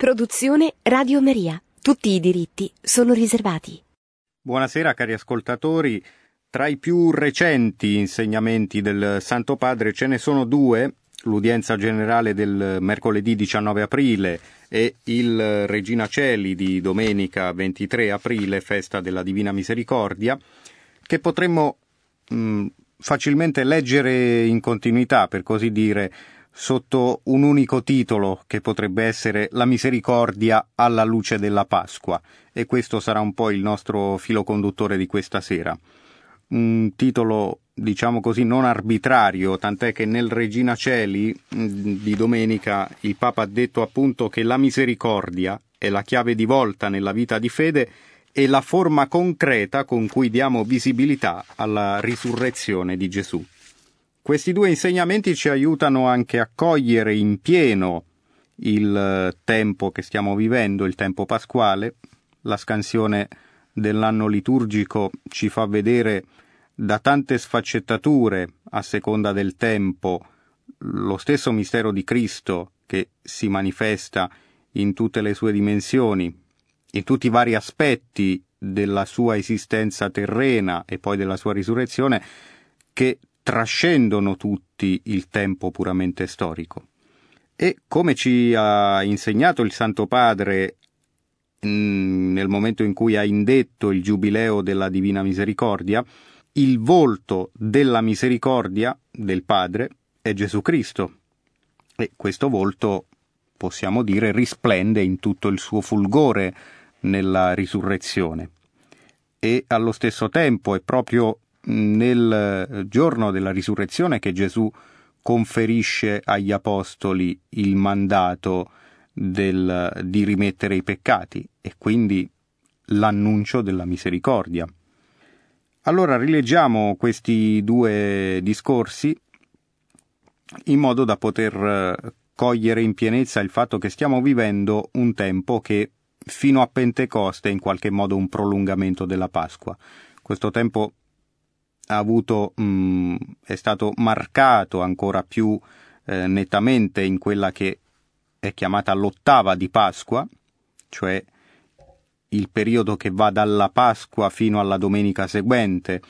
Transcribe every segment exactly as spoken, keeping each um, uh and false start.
Produzione Radio Maria. Tutti i diritti sono riservati. Buonasera cari ascoltatori. Tra i più recenti insegnamenti del Santo Padre ce ne sono due, l'udienza generale del mercoledì diciannove aprile e il Regina Coeli di domenica ventitré aprile, festa della Divina Misericordia, che potremmo mh, facilmente leggere in continuità, per così dire, sotto un unico titolo che potrebbe essere La misericordia alla luce della Pasqua, e questo sarà un po' il nostro filo conduttore di questa sera. Un titolo, diciamo così, non arbitrario, tant'è che nel Regina Coeli di domenica il Papa ha detto appunto che la misericordia è la chiave di volta nella vita di fede e la forma concreta con cui diamo visibilità alla risurrezione di Gesù. Questi due insegnamenti ci aiutano anche a cogliere in pieno il tempo che stiamo vivendo, il tempo pasquale. La scansione dell'anno liturgico ci fa vedere da tante sfaccettature, a seconda del tempo, lo stesso mistero di Cristo che si manifesta in tutte le sue dimensioni, in tutti i vari aspetti della sua esistenza terrena e poi della sua risurrezione, che trascendono tutti il tempo puramente storico. E come ci ha insegnato il Santo Padre nel momento in cui ha indetto il Giubileo della Divina Misericordia, il volto della misericordia del Padre è Gesù Cristo, e questo volto, possiamo dire, risplende in tutto il suo fulgore nella risurrezione. E allo stesso tempo è proprio nel giorno della risurrezione che Gesù conferisce agli apostoli il mandato del, di rimettere i peccati, e quindi l'annuncio della misericordia. Allora rileggiamo questi due discorsi in modo da poter cogliere in pienezza il fatto che stiamo vivendo un tempo che fino a Pentecoste è in qualche modo un prolungamento della Pasqua. Questo tempo ha avuto, mh, è stato marcato ancora più eh, nettamente in quella che è chiamata l'ottava di Pasqua, cioè il periodo che va dalla Pasqua fino alla domenica seguente,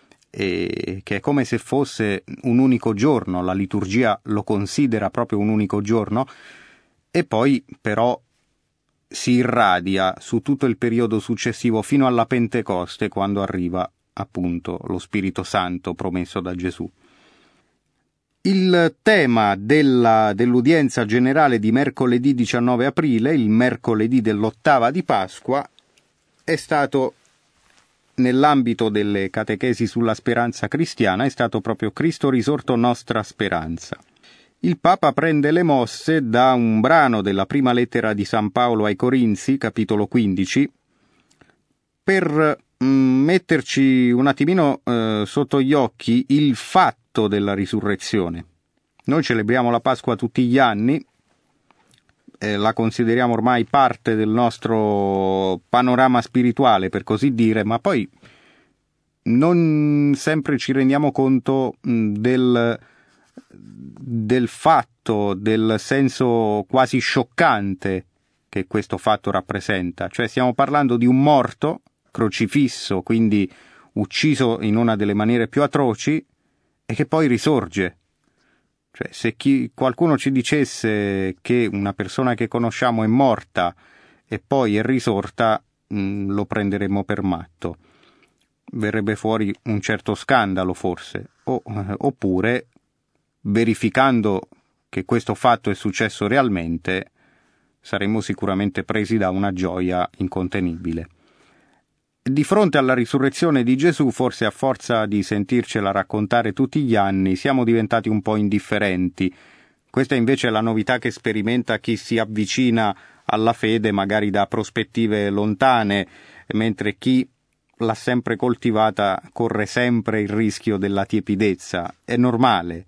e che è come se fosse un unico giorno, la liturgia lo considera proprio un unico giorno, e poi però si irradia su tutto il periodo successivo fino alla Pentecoste, quando arriva appunto lo Spirito Santo promesso da Gesù. Il tema della, dell'udienza generale di mercoledì diciannove aprile, il mercoledì dell'ottava di Pasqua, è stato, nell'ambito delle catechesi sulla speranza cristiana, è stato proprio Cristo risorto nostra speranza. Il Papa prende le mosse da un brano della prima lettera di San Paolo ai Corinzi, capitolo quindici, per metterci un attimino eh, sotto gli occhi il fatto della risurrezione. Noi celebriamo la Pasqua tutti gli anni, eh, la consideriamo ormai parte del nostro panorama spirituale, per così dire, ma poi non sempre ci rendiamo conto mh, del, del fatto, del senso quasi scioccante che questo fatto rappresenta. Cioè stiamo parlando di un morto crocifisso, quindi ucciso in una delle maniere più atroci, e che poi risorge. Cioè, se chi, qualcuno ci dicesse che una persona che conosciamo è morta e poi è risorta, mh, lo prenderemmo per matto. Verrebbe fuori un certo scandalo forse, o, eh, oppure, verificando che questo fatto è successo realmente, saremmo sicuramente presi da una gioia incontenibile. Di fronte alla risurrezione di Gesù, forse a forza di sentircela raccontare tutti gli anni, siamo diventati un po' indifferenti. Questa invece è la novità che sperimenta chi si avvicina alla fede magari da prospettive lontane, mentre chi l'ha sempre coltivata corre sempre il rischio della tiepidezza. È normale,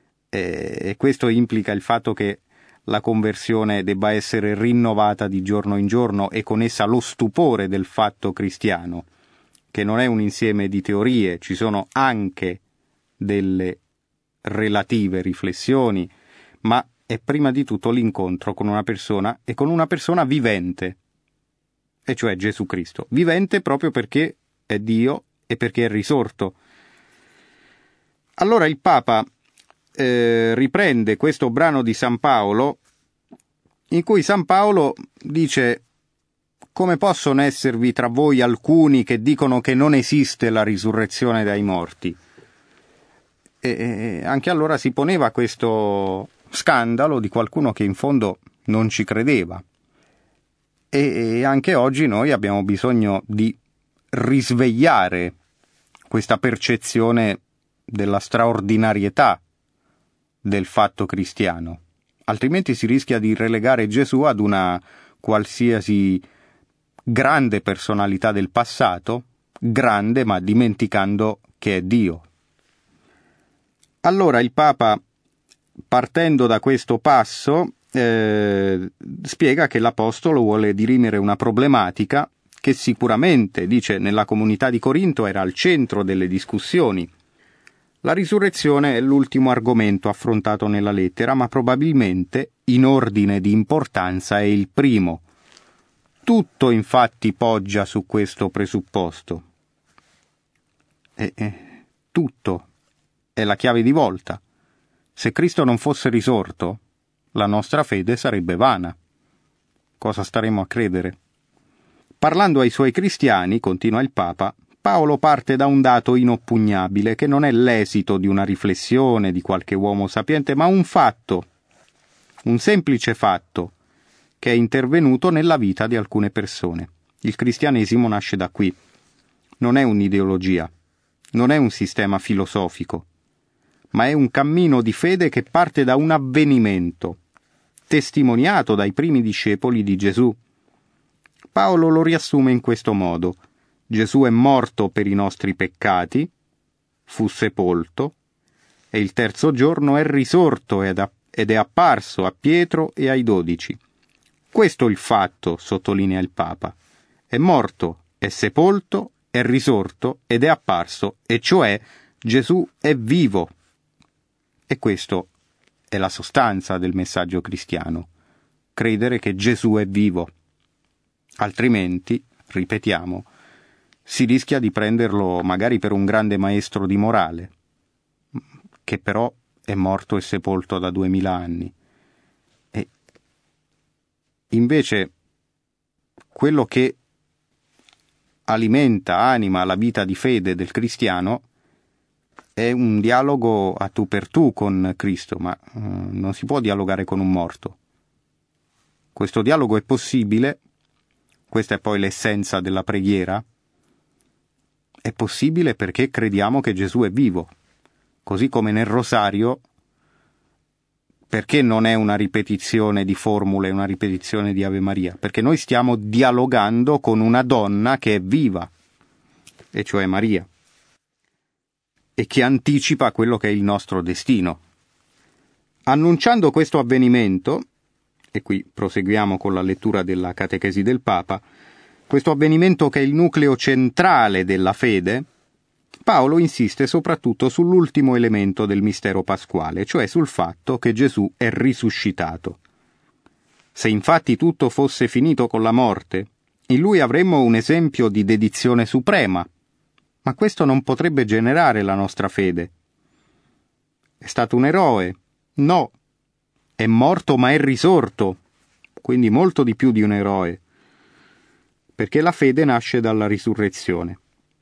e questo implica il fatto che la conversione debba essere rinnovata di giorno in giorno, e con essa lo stupore del fatto cristiano, che non è un insieme di teorie, ci sono anche delle relative riflessioni, ma è prima di tutto l'incontro con una persona e con una persona vivente, e cioè Gesù Cristo. Vivente proprio perché è Dio e perché è risorto. Allora il Papa eh, riprende questo brano di San Paolo, in cui San Paolo dice: come possono esservi tra voi alcuni che dicono che non esiste la risurrezione dai morti? E, e anche allora si poneva questo scandalo di qualcuno che in fondo non ci credeva. E, e anche oggi noi abbiamo bisogno di risvegliare questa percezione della straordinarietà del fatto cristiano, altrimenti si rischia di relegare Gesù ad una qualsiasi grande personalità del passato, grande ma dimenticando che è Dio. Allora il Papa, partendo da questo passo, eh, spiega che l'Apostolo vuole dirimere una problematica che sicuramente, dice, nella comunità di Corinto era al centro delle discussioni. La risurrezione è l'ultimo argomento affrontato nella lettera, ma probabilmente, in ordine di importanza, è il primo. Tutto infatti poggia su questo presupposto. E, e, tutto è la chiave di volta. Se Cristo non fosse risorto, la nostra fede sarebbe vana. Cosa staremmo a credere? Parlando ai suoi cristiani, continua il Papa, Paolo parte da un dato inoppugnabile, che non è l'esito di una riflessione di qualche uomo sapiente, ma un fatto, un semplice fatto, che è intervenuto nella vita di alcune persone. Il cristianesimo nasce da qui. Non è un'ideologia, non è un sistema filosofico, ma è un cammino di fede che parte da un avvenimento, testimoniato dai primi discepoli di Gesù. Paolo lo riassume in questo modo: Gesù è morto per i nostri peccati, fu sepolto, e il terzo giorno è risorto ed è apparso a Pietro e ai dodici. Questo è il fatto, sottolinea il Papa. È morto, è sepolto, è risorto ed è apparso, e cioè Gesù è vivo. E questo è la sostanza del messaggio cristiano, credere che Gesù è vivo. Altrimenti, ripetiamo, si rischia di prenderlo magari per un grande maestro di morale, che però è morto e sepolto da duemila anni. E invece quello che alimenta, anima la vita di fede del cristiano è un dialogo a tu per tu con Cristo, ma uh, non si può dialogare con un morto. Questo dialogo è possibile, questa è poi l'essenza della preghiera, è possibile perché crediamo che Gesù è vivo, così come nel rosario, perché non è una ripetizione di formule, una ripetizione di Ave Maria, perché noi stiamo dialogando con una donna che è viva, e cioè Maria, e che anticipa quello che è il nostro destino. Annunciando questo avvenimento, e qui proseguiamo con la lettura della Catechesi del Papa, questo avvenimento che è il nucleo centrale della fede, Paolo insiste soprattutto sull'ultimo elemento del mistero pasquale, cioè sul fatto che Gesù è risuscitato. Se infatti tutto fosse finito con la morte, in lui avremmo un esempio di dedizione suprema, ma questo non potrebbe generare la nostra fede. È stato un eroe? No. È morto ma è risorto, quindi molto di più di un eroe, perché la fede nasce dalla risurrezione.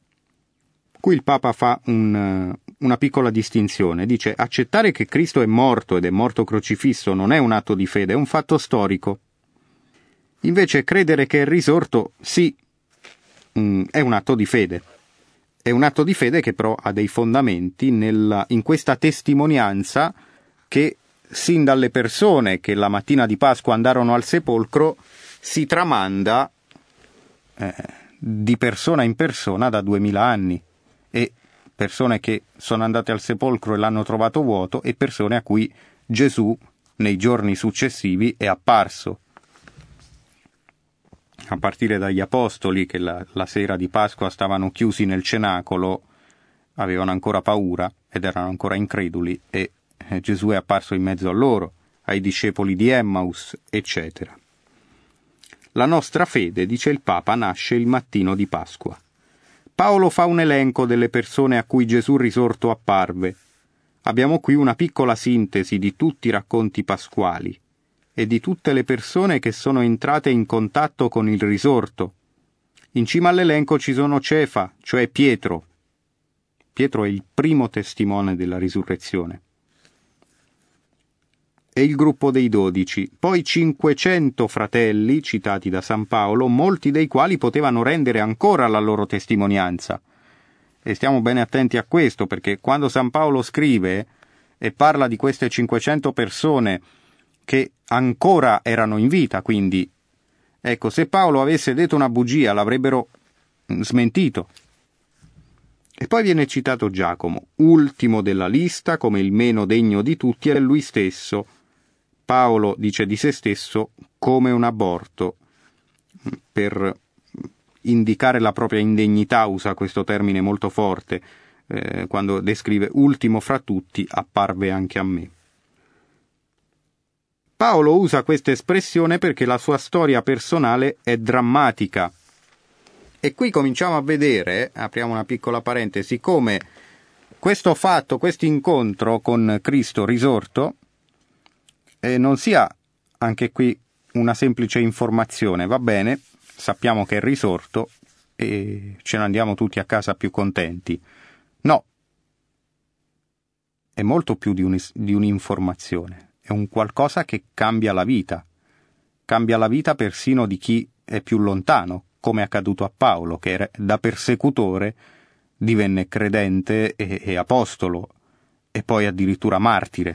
Qui il Papa fa un, una piccola distinzione, dice: accettare che Cristo è morto ed è morto crocifisso non è un atto di fede, è un fatto storico. Invece credere che è risorto, sì, mm, è un atto di fede. È un atto di fede che però ha dei fondamenti nella, in questa testimonianza che sin dalle persone che la mattina di Pasqua andarono al sepolcro si tramanda eh, di persona in persona da duemila anni, e persone che sono andate al sepolcro e l'hanno trovato vuoto, e persone a cui Gesù nei giorni successivi è apparso, a partire dagli apostoli che la, la sera di Pasqua stavano chiusi nel cenacolo, avevano ancora paura ed erano ancora increduli, e Gesù è apparso in mezzo a loro. ai discepoli di Emmaus, eccetera. La nostra fede, dice il Papa, nasce il mattino di Pasqua. Paolo fa un elenco delle persone a cui Gesù risorto apparve. Abbiamo qui una piccola sintesi di tutti i racconti pasquali e di tutte le persone che sono entrate in contatto con il risorto. In cima all'elenco ci sono Cefa, cioè Pietro. Pietro è il primo testimone della risurrezione. E il gruppo dei dodici, poi cinquecento fratelli, citati da San Paolo, molti dei quali potevano rendere ancora la loro testimonianza. E stiamo bene attenti a questo, perché quando San Paolo scrive e parla di queste cinquecento persone che ancora erano in vita, quindi, ecco, se Paolo avesse detto una bugia l'avrebbero smentito. E poi viene citato Giacomo, ultimo della lista, come il meno degno di tutti, è lui stesso. Paolo dice di se stesso come un aborto, per indicare la propria indegnità, usa questo termine molto forte, eh, quando descrive ultimo fra tutti apparve anche a me. Paolo usa questa espressione perché la sua storia personale è drammatica. E qui cominciamo a vedere, apriamo una piccola parentesi, come questo fatto, questo incontro con Cristo risorto, eh, non sia anche qui una semplice informazione. Va bene, sappiamo che è risorto e ce ne andiamo tutti a casa più contenti. No, è molto più di, un, di un'informazione, è un qualcosa che cambia la vita, cambia la vita persino di chi è più lontano, come è accaduto a Paolo, che era, da persecutore divenne credente e, e apostolo, e poi addirittura martire.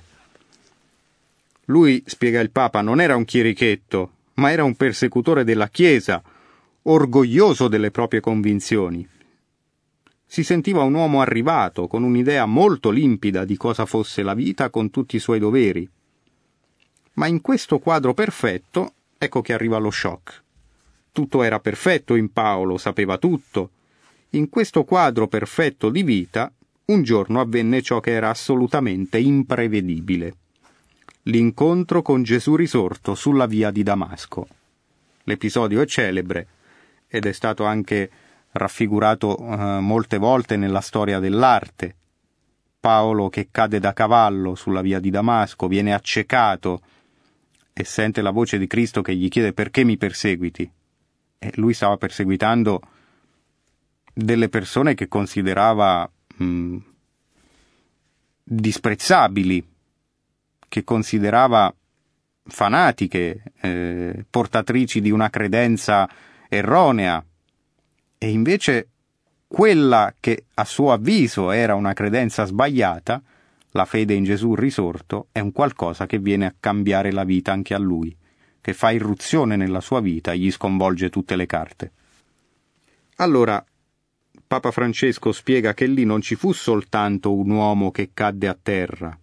Lui, spiega il Papa, non era un chierichetto, ma era un persecutore della Chiesa, orgoglioso delle proprie convinzioni. Si sentiva un uomo arrivato, con un'idea molto limpida di cosa fosse la vita con tutti i suoi doveri. Ma in questo quadro perfetto, ecco che arriva lo shock. Tutto era perfetto in Paolo, sapeva tutto. In questo quadro perfetto di vita, un giorno avvenne ciò che era assolutamente imprevedibile. L'incontro con Gesù risorto sulla via di Damasco. L'episodio è celebre ed è stato anche raffigurato eh, molte volte nella storia dell'arte. Paolo che cade da cavallo sulla via di Damasco, viene accecato e sente la voce di Cristo che gli chiede: perché mi perseguiti? E lui stava perseguitando delle persone che considerava mh, disprezzabili, che considerava fanatiche, eh, portatrici di una credenza erronea, e invece quella che a suo avviso era una credenza sbagliata, la fede in Gesù risorto, è un qualcosa che viene a cambiare la vita anche a lui, che fa irruzione nella sua vita e gli sconvolge tutte le carte. Allora, Papa Francesco spiega che lì non ci fu soltanto un uomo che cadde a terra,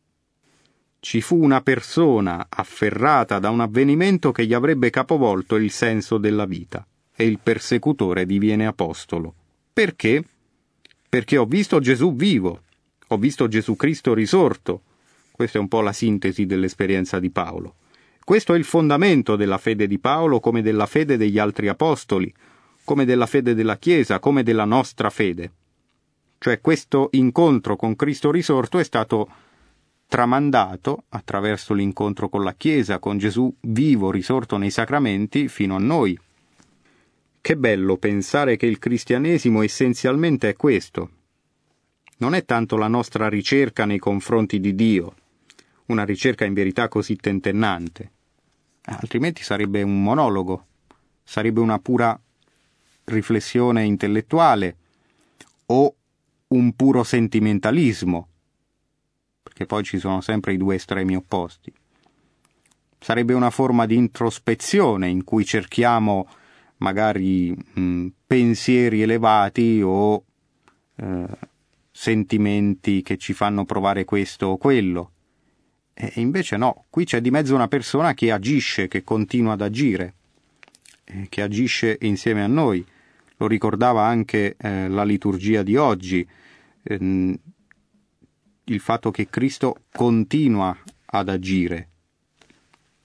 ci fu una persona afferrata da un avvenimento che gli avrebbe capovolto il senso della vita, e il persecutore diviene apostolo. Perché? Perché ho visto Gesù vivo, ho visto Gesù Cristo risorto. Questa è un po' la sintesi dell'esperienza di Paolo. Questo è il fondamento della fede di Paolo, come della fede degli altri apostoli, come della fede della Chiesa, come della nostra fede. Cioè questo incontro con Cristo risorto è stato tramandato attraverso l'incontro con la Chiesa, con Gesù vivo risorto nei sacramenti fino a noi. Che bello pensare che il cristianesimo essenzialmente è questo. Non è tanto la nostra ricerca nei confronti di Dio, una ricerca in verità così tentennante. Altrimenti sarebbe un monologo, sarebbe una pura riflessione intellettuale o un puro sentimentalismo, perché poi ci sono sempre i due estremi opposti. Sarebbe una forma di introspezione in cui cerchiamo magari mh, pensieri elevati o eh, sentimenti che ci fanno provare questo o quello. E invece no, qui c'è di mezzo una persona che agisce, che continua ad agire, eh, che agisce insieme a noi. Lo ricordava anche eh, la liturgia di oggi, ehm, il fatto che Cristo continua ad agire,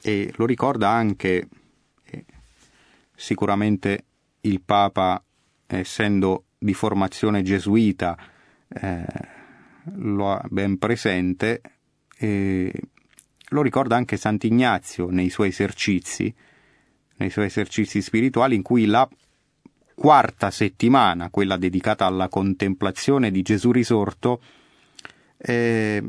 e lo ricorda anche, eh, sicuramente il Papa, essendo di formazione gesuita, eh, lo ha ben presente, e lo ricorda anche Sant'Ignazio nei suoi esercizi, nei suoi esercizi spirituali, in cui la quarta settimana, quella dedicata alla contemplazione di Gesù risorto, eh,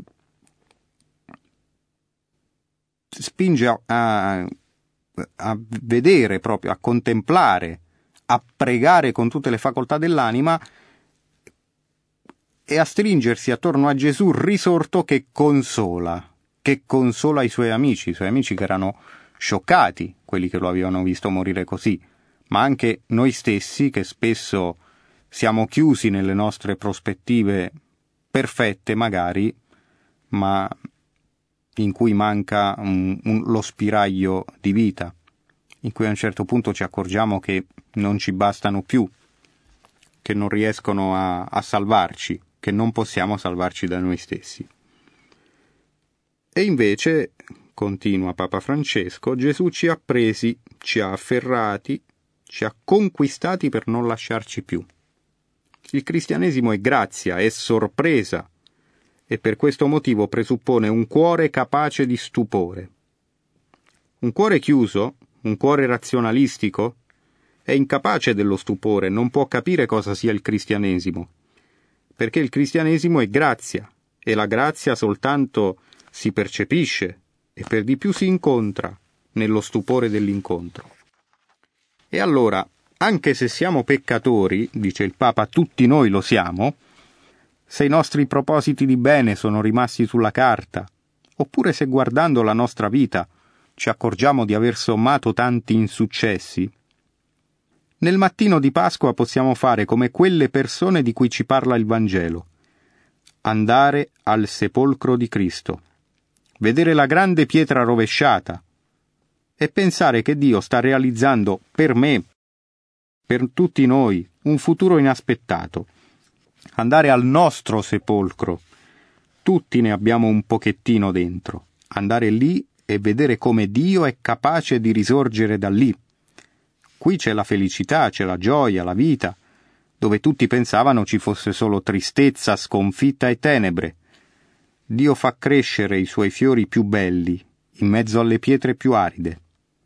spinge a, a, a vedere proprio, a contemplare, a pregare con tutte le facoltà dell'anima e a stringersi attorno a Gesù risorto che consola, che consola i suoi amici, i suoi amici che erano scioccati, quelli che lo avevano visto morire così, ma anche noi stessi che spesso siamo chiusi nelle nostre prospettive perfette magari, ma in cui manca un, un, lo spiraglio di vita, in cui a un certo punto ci accorgiamo che non ci bastano più, che non riescono a, a salvarci, che non possiamo salvarci da noi stessi. E invece, continua Papa Francesco, Gesù ci ha presi, ci ha afferrati, ci ha conquistati per non lasciarci più. Il cristianesimo è grazia, è sorpresa, e per questo motivo presuppone un cuore capace di stupore. Un cuore chiuso, un cuore razionalistico, è incapace dello stupore, non può capire cosa sia il cristianesimo, perché il cristianesimo è grazia, e la grazia soltanto si percepisce e per di più si incontra nello stupore dell'incontro. E allora, anche se siamo peccatori, dice il Papa, tutti noi lo siamo, se i nostri propositi di bene sono rimasti sulla carta, oppure se guardando la nostra vita ci accorgiamo di aver sommato tanti insuccessi, nel mattino di Pasqua possiamo fare come quelle persone di cui ci parla il Vangelo: andare al sepolcro di Cristo, vedere la grande pietra rovesciata e pensare che Dio sta realizzando per me, per tutti noi, un futuro inaspettato. Andare al nostro sepolcro, tutti ne abbiamo un pochettino dentro, andare lì e vedere come Dio è capace di risorgere da lì. Qui c'è la felicità, c'è la gioia, la vita, dove tutti pensavano ci fosse solo tristezza, sconfitta e tenebre. Dio fa crescere i suoi fiori più belli in mezzo alle pietre più aride.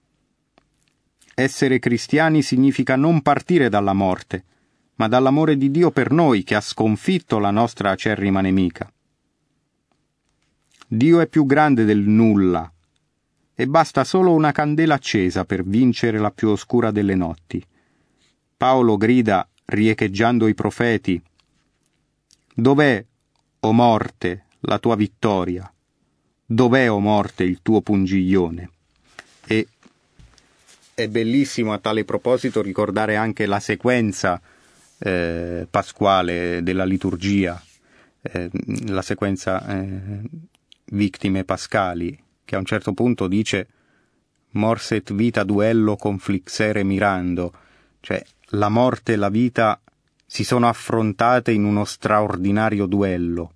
Essere cristiani significa non partire dalla morte, ma dall'amore di Dio per noi che ha sconfitto la nostra acerrima nemica. Dio è più grande del nulla e basta solo una candela accesa per vincere la più oscura delle notti. Paolo grida, riecheggiando i profeti: «Dov'è, o morte, la tua vittoria? Dov'è, o morte, il tuo pungiglione?» E è bellissimo a tale proposito ricordare anche la sequenza eh, pasquale della liturgia, eh, la sequenza eh, Victime Pascali, che a un certo punto dice «Mors et vita duello conflixere mirando», cioè la morte e la vita si sono affrontate in uno straordinario duello.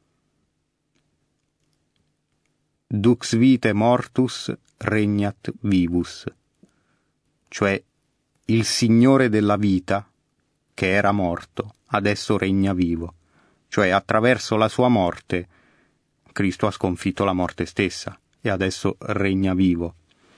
Dux vitae mortus regnat vivus, cioè il Signore della vita, che era morto, adesso regna vivo, cioè attraverso la sua morte Cristo ha sconfitto la morte stessa e adesso regna vivo.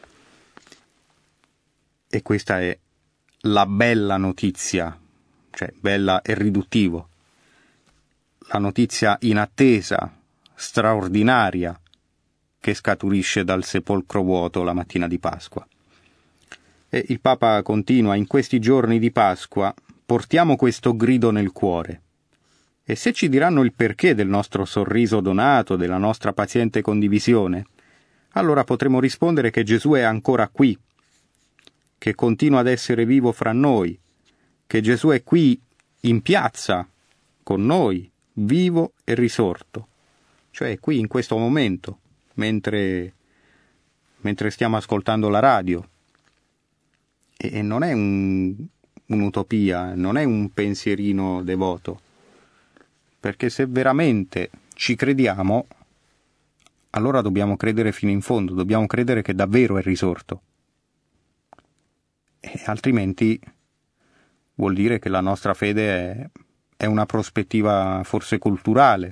E questa è la bella notizia, cioè bella e riduttivo, la notizia inattesa, straordinaria, che scaturisce dal sepolcro vuoto la mattina di Pasqua. E il Papa continua: in questi giorni di Pasqua portiamo questo grido nel cuore. E se ci diranno il perché del nostro sorriso donato, della nostra paziente condivisione, allora potremo rispondere che Gesù è ancora qui, che continua ad essere vivo fra noi, che Gesù è qui in piazza con noi, vivo e risorto, cioè qui in questo momento, mentre, mentre stiamo ascoltando la radio. E, e non è un, un'utopia, non è un pensierino devoto, perché se veramente ci crediamo, allora dobbiamo credere fino in fondo, dobbiamo credere che davvero è risorto. E altrimenti vuol dire che la nostra fede è, è una prospettiva forse culturale,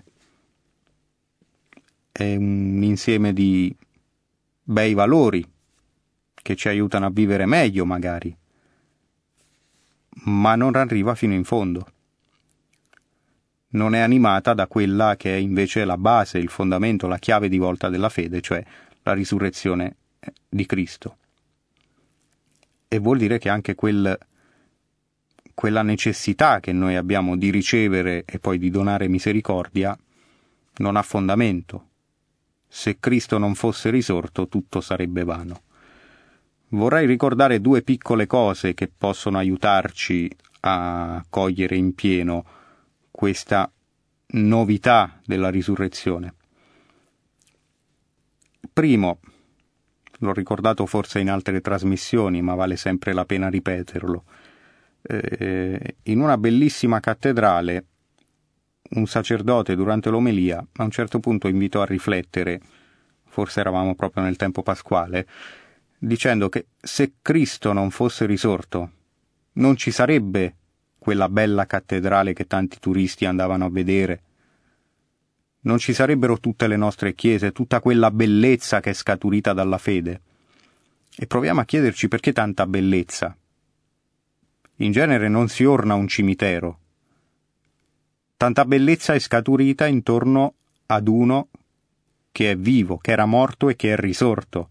è un insieme di bei valori che ci aiutano a vivere meglio magari, ma non arriva fino in fondo. Non è animata da quella che è invece la base, il fondamento, la chiave di volta della fede, cioè la risurrezione di Cristo. E vuol dire che anche quel, quella necessità che noi abbiamo di ricevere e poi di donare misericordia non ha fondamento. Se Cristo non fosse risorto, tutto sarebbe vano. Vorrei ricordare due piccole cose che possono aiutarci a cogliere in pieno questa novità della risurrezione. Primo, l'ho ricordato forse in altre trasmissioni, ma vale sempre la pena ripeterlo. Eh, in una bellissima cattedrale, un sacerdote durante l'omelia a un certo punto invitò a riflettere, forse eravamo proprio nel tempo pasquale, dicendo che se Cristo non fosse risorto, non ci sarebbe quella bella cattedrale che tanti turisti andavano a vedere, non ci sarebbero tutte le nostre chiese, tutta quella bellezza che è scaturita dalla fede. E proviamo a chiederci perché tanta bellezza. In genere non si orna un cimitero. Tanta bellezza è scaturita intorno ad uno che è vivo, che era morto e che è risorto.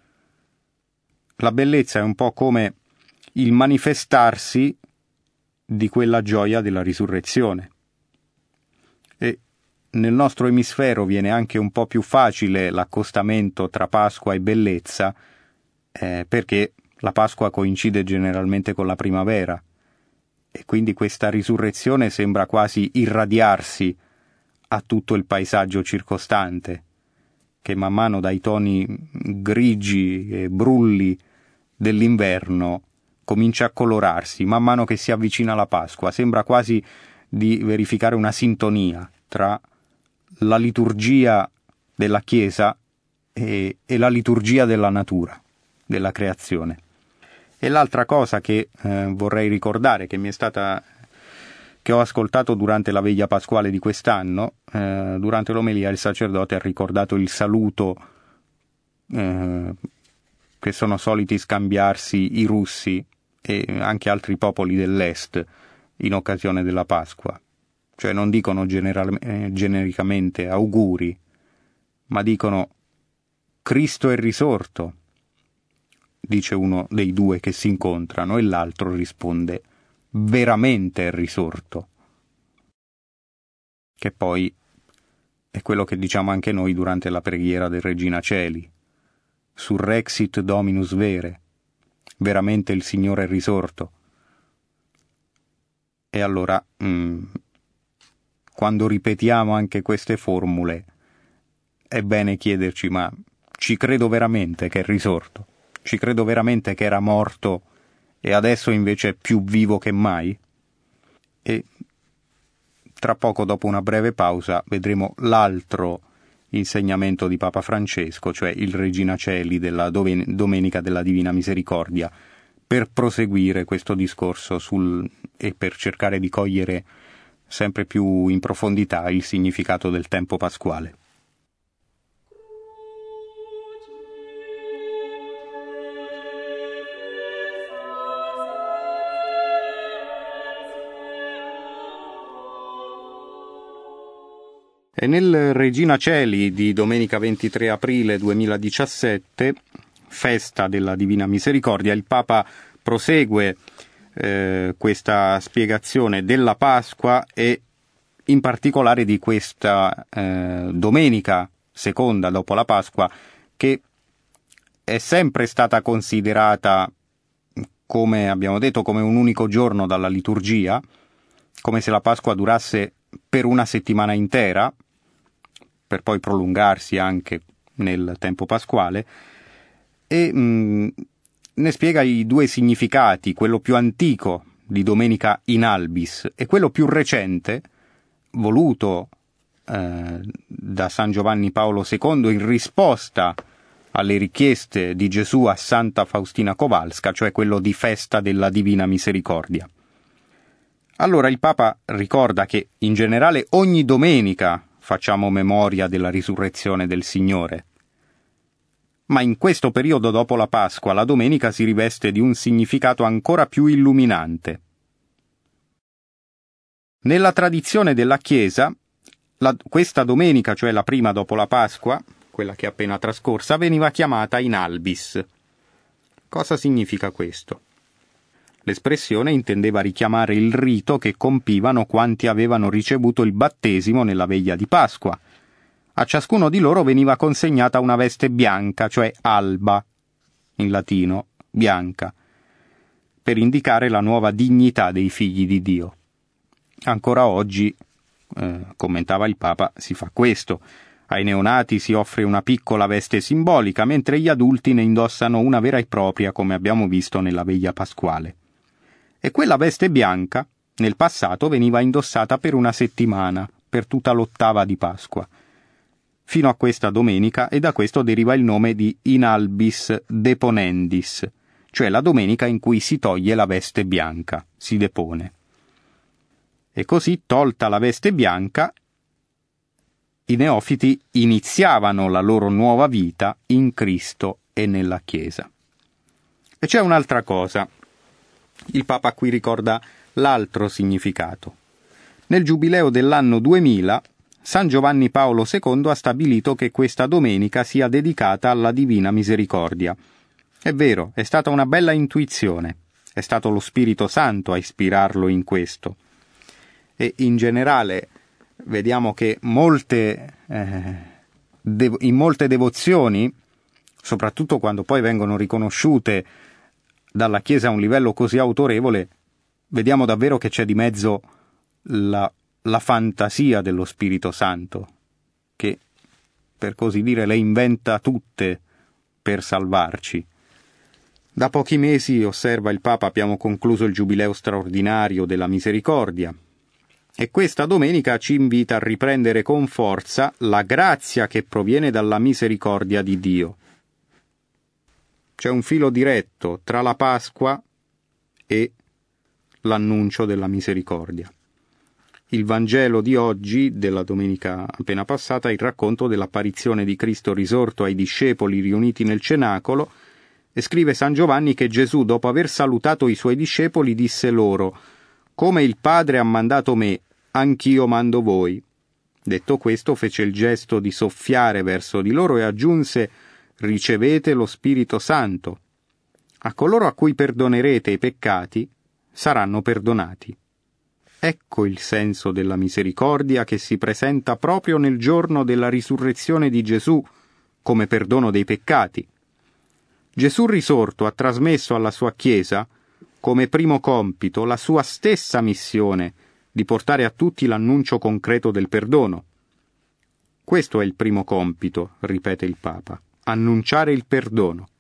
La bellezza è un po' come il manifestarsi di quella gioia della risurrezione. E nel nostro emisfero viene anche un po' più facile l'accostamento tra Pasqua e bellezza, eh, perché la Pasqua coincide generalmente con la primavera, e quindi questa risurrezione sembra quasi irradiarsi a tutto il paesaggio circostante, che man mano dai toni grigi e brulli dell'inverno comincia a colorarsi, man mano che si avvicina la Pasqua. Sembra quasi di verificare una sintonia tra la liturgia della Chiesa e, e la liturgia della natura, della creazione. E l'altra cosa che eh, vorrei ricordare, che mi è stata, che ho ascoltato durante la veglia pasquale di quest'anno, eh, durante l'omelia il sacerdote ha ricordato il saluto eh, che sono soliti scambiarsi i russi e anche altri popoli dell'est in occasione della Pasqua. Cioè non dicono general, eh, genericamente auguri, ma dicono Cristo è risorto, dice uno dei due che si incontrano, e l'altro risponde veramente è risorto, che poi è quello che diciamo anche noi durante la preghiera del Regina Coeli, surrexit Dominus vere, veramente il Signore è risorto. E allora mh, quando ripetiamo anche queste formule è bene chiederci: ma ci credo veramente che è risorto? Ci credo veramente che era morto e adesso invece è più vivo che mai? E tra poco, dopo una breve pausa, vedremo l'altro insegnamento di Papa Francesco, cioè il Regina Coeli della Domenica della Divina Misericordia, per proseguire questo discorso sul, e per cercare di cogliere sempre più in profondità il significato del tempo pasquale. E nel Regina Coeli di domenica ventitré aprile duemiladiciassette, festa della Divina Misericordia, il Papa prosegue eh, questa spiegazione della Pasqua e in particolare di questa eh, domenica seconda dopo la Pasqua, che è sempre stata considerata, come abbiamo detto, come un unico giorno dalla liturgia, come se la Pasqua durasse per una settimana intera, per poi prolungarsi anche nel tempo pasquale, e mh, ne spiega i due significati, quello più antico di Domenica in Albis e quello più recente, voluto eh, da San Giovanni Paolo secondo in risposta alle richieste di Gesù a Santa Faustina Kowalska, cioè quello di festa della Divina Misericordia. Allora il Papa ricorda che in generale ogni domenica facciamo memoria della risurrezione del Signore, ma in questo periodo dopo la Pasqua la domenica si riveste di un significato ancora più illuminante. Nella tradizione della Chiesa, la, questa domenica, cioè la prima dopo la Pasqua, quella che è appena trascorsa, veniva chiamata in albis. Cosa significa questo? L'espressione intendeva richiamare il rito che compivano quanti avevano ricevuto il battesimo nella veglia di Pasqua. A ciascuno di loro veniva consegnata una veste bianca, cioè alba, in latino, bianca, per indicare la nuova dignità dei figli di Dio. Ancora oggi, eh, commentava il Papa, si fa questo. Ai neonati si offre una piccola veste simbolica, mentre gli adulti ne indossano una vera e propria, come abbiamo visto nella veglia pasquale. E quella veste bianca, nel passato, veniva indossata per una settimana, per tutta l'ottava di Pasqua, fino a questa domenica, e da questo deriva il nome di in albis deponendis, cioè la domenica in cui si toglie la veste bianca, si depone. E così, tolta la veste bianca, i neofiti iniziavano la loro nuova vita in Cristo e nella Chiesa. E c'è un'altra cosa. Il Papa qui ricorda l'altro significato. Nel giubileo dell'anno duemila, San Giovanni Paolo secondo ha stabilito che questa domenica sia dedicata alla Divina Misericordia. È vero, è stata una bella intuizione. È stato lo Spirito Santo a ispirarlo in questo. E in generale vediamo che molte, eh, devo, in molte devozioni, soprattutto quando poi vengono riconosciute dalla Chiesa a un livello così autorevole, vediamo davvero che c'è di mezzo la, la fantasia dello Spirito Santo, che, per così dire, le inventa tutte per salvarci. Da pochi mesi, osserva il Papa, abbiamo concluso il Giubileo straordinario della Misericordia, e questa domenica ci invita a riprendere con forza la grazia che proviene dalla misericordia di Dio. C'è un filo diretto tra la Pasqua e l'annuncio della misericordia. Il Vangelo di oggi, della domenica appena passata, è il racconto dell'apparizione di Cristo risorto ai discepoli riuniti nel cenacolo, e scrive San Giovanni che Gesù, dopo aver salutato i suoi discepoli, disse loro: «Come il Padre ha mandato me, anch'io mando voi». Detto questo, fece il gesto di soffiare verso di loro e aggiunse: «Ricevete lo Spirito Santo. A coloro a cui perdonerete i peccati saranno perdonati». Ecco il senso della misericordia che si presenta proprio nel giorno della risurrezione di Gesù come perdono dei peccati. Gesù risorto ha trasmesso alla sua Chiesa come primo compito la sua stessa missione di portare a tutti l'annuncio concreto del perdono. Questo è il primo compito, ripete il Papa, annunciare il perdono.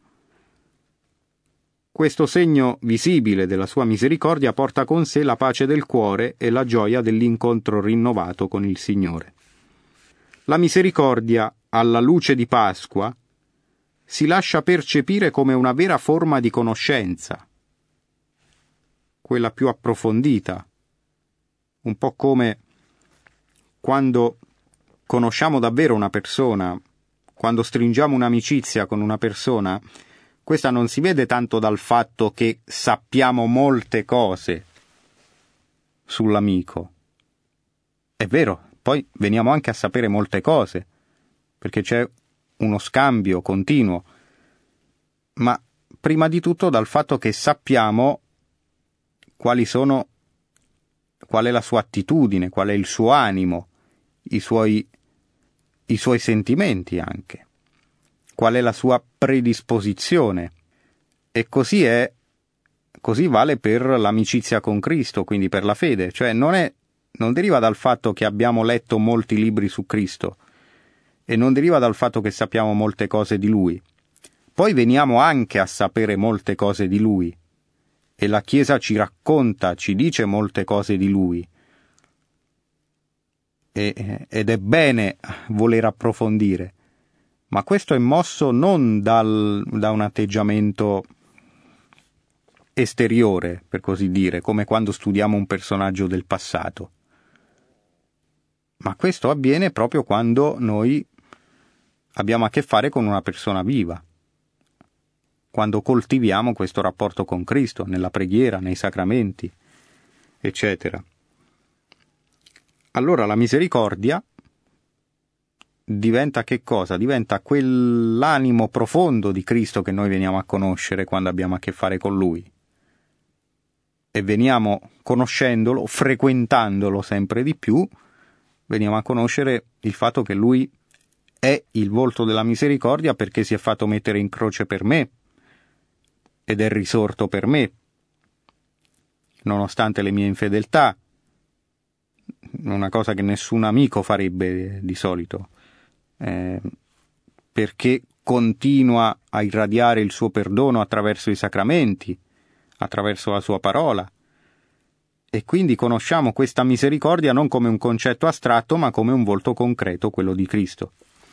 Questo segno visibile della sua misericordia porta con sé la pace del cuore e la gioia dell'incontro rinnovato con il Signore. La misericordia, alla luce di Pasqua, si lascia percepire come una vera forma di conoscenza, quella più approfondita, un po' come quando conosciamo davvero una persona, quando stringiamo un'amicizia con una persona. Questa non si vede tanto dal fatto che sappiamo molte cose sull'amico. È vero, poi veniamo anche a sapere molte cose, perché c'è uno scambio continuo, ma prima di tutto dal fatto che sappiamo quali sono, qual è la sua attitudine, qual è il suo animo, i suoi, i suoi sentimenti anche, qual è la sua predisposizione. E così è, così vale per l'amicizia con Cristo, quindi per la fede, cioè non è, non deriva dal fatto che abbiamo letto molti libri su Cristo, e non deriva dal fatto che sappiamo molte cose di Lui. Poi veniamo anche a sapere molte cose di Lui, e la Chiesa ci racconta, ci dice molte cose di Lui. e, ed è bene voler approfondire, ma questo è mosso non dal, da un atteggiamento esteriore, per così dire, come quando studiamo un personaggio del passato, ma questo avviene proprio quando noi abbiamo a che fare con una persona viva, quando coltiviamo questo rapporto con Cristo, nella preghiera, nei sacramenti, eccetera. Allora la misericordia diventa che cosa? Diventa quell'animo profondo di Cristo che noi veniamo a conoscere quando abbiamo a che fare con Lui. E veniamo conoscendolo, frequentandolo sempre di più, veniamo a conoscere il fatto che Lui è il volto della misericordia perché si è fatto mettere in croce per me ed è risorto per me, nonostante le mie infedeltà, una cosa che nessun amico farebbe di solito, eh, perché continua a irradiare il suo perdono attraverso i sacramenti, attraverso la sua parola, e quindi conosciamo questa misericordia non come un concetto astratto, ma come un volto concreto, quello di Cristo.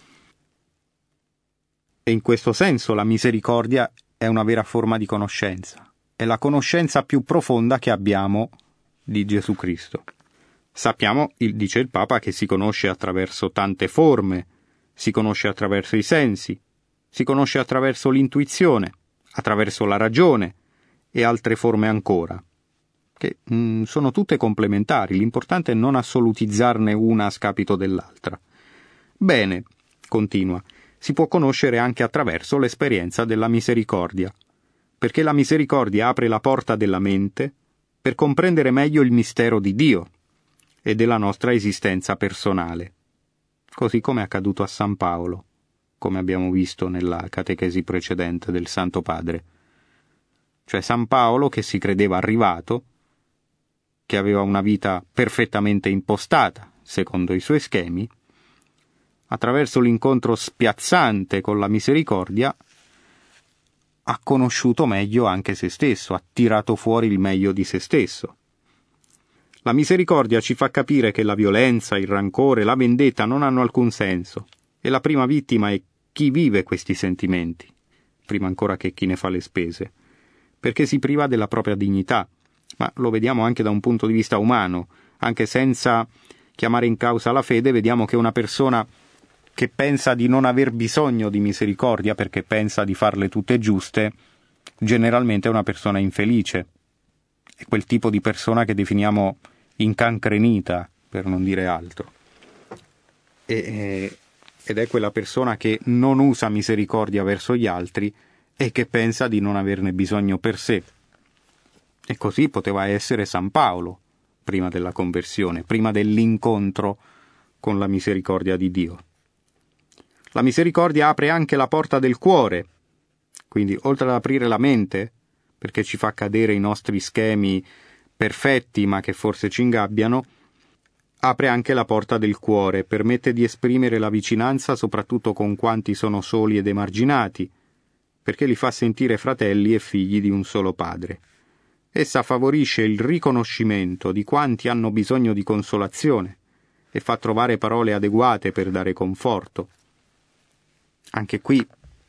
E in questo senso la misericordia è una vera forma di conoscenza, è la conoscenza più profonda che abbiamo di Gesù Cristo. Sappiamo, dice il Papa, che si conosce attraverso tante forme, si conosce attraverso i sensi, si conosce attraverso l'intuizione, attraverso la ragione e altre forme ancora, che mh, sono tutte complementari, l'importante è non assolutizzarne una a scapito dell'altra. Bene, continua, si può conoscere anche attraverso l'esperienza della misericordia, perché la misericordia apre la porta della mente per comprendere meglio il mistero di Dio e della nostra esistenza personale, così come è accaduto a San Paolo, come abbiamo visto nella catechesi precedente del Santo Padre. Cioè San Paolo, che si credeva arrivato, che aveva una vita perfettamente impostata, secondo i suoi schemi, attraverso l'incontro spiazzante con la misericordia, ha conosciuto meglio anche se stesso, ha tirato fuori il meglio di se stesso. La misericordia ci fa capire che la violenza, il rancore, la vendetta non hanno alcun senso, e la prima vittima è chi vive questi sentimenti, prima ancora che chi ne fa le spese, perché si priva della propria dignità, ma lo vediamo anche da un punto di vista umano, anche senza chiamare in causa la fede, vediamo che una persona che pensa di non aver bisogno di misericordia perché pensa di farle tutte giuste, generalmente è una persona infelice. È quel tipo di persona che definiamo incancrenita, per non dire altro. E, ed è quella persona che non usa misericordia verso gli altri e che pensa di non averne bisogno per sé. E così poteva essere San Paolo, prima della conversione, prima dell'incontro con la misericordia di Dio. La misericordia apre anche la porta del cuore, quindi oltre ad aprire la mente, perché ci fa cadere i nostri schemi perfetti ma che forse ci ingabbiano, apre anche la porta del cuore, permette di esprimere la vicinanza soprattutto con quanti sono soli ed emarginati, perché li fa sentire fratelli e figli di un solo padre. Essa favorisce il riconoscimento di quanti hanno bisogno di consolazione e fa trovare parole adeguate per dare conforto. Anche qui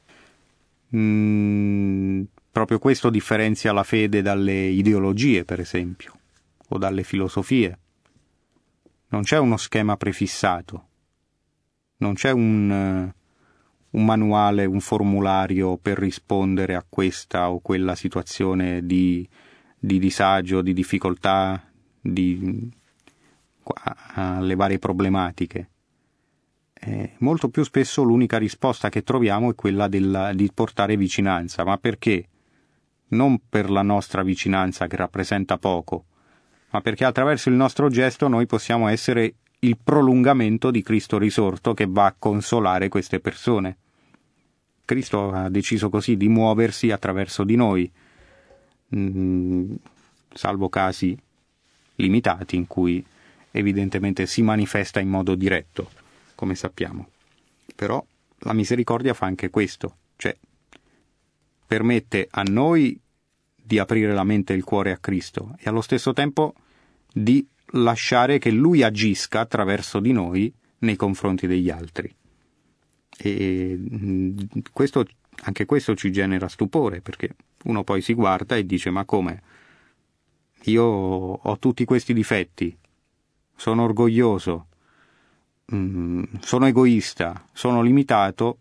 mh, proprio questo differenzia la fede dalle ideologie, per esempio, o dalle filosofie. Non c'è uno schema prefissato, non c'è un, un manuale, un formulario per rispondere a questa o quella situazione di, di disagio, di difficoltà, di, alle varie problematiche. Eh, molto più spesso l'unica risposta che troviamo è quella della, di portare vicinanza. Ma perché? Non per la nostra vicinanza che rappresenta poco, ma perché attraverso il nostro gesto noi possiamo essere il prolungamento di Cristo risorto che va a consolare queste persone. Cristo ha deciso così di muoversi attraverso di noi, mh, salvo casi limitati in cui evidentemente si manifesta in modo diretto, come sappiamo. Però la misericordia fa anche questo, cioè permette a noi di aprire la mente e il cuore a Cristo e allo stesso tempo di lasciare che Lui agisca attraverso di noi nei confronti degli altri. E questo, anche questo ci genera stupore, perché uno poi si guarda e dice: ma come? Io ho tutti questi difetti, sono orgoglioso, mh, sono egoista, sono limitato,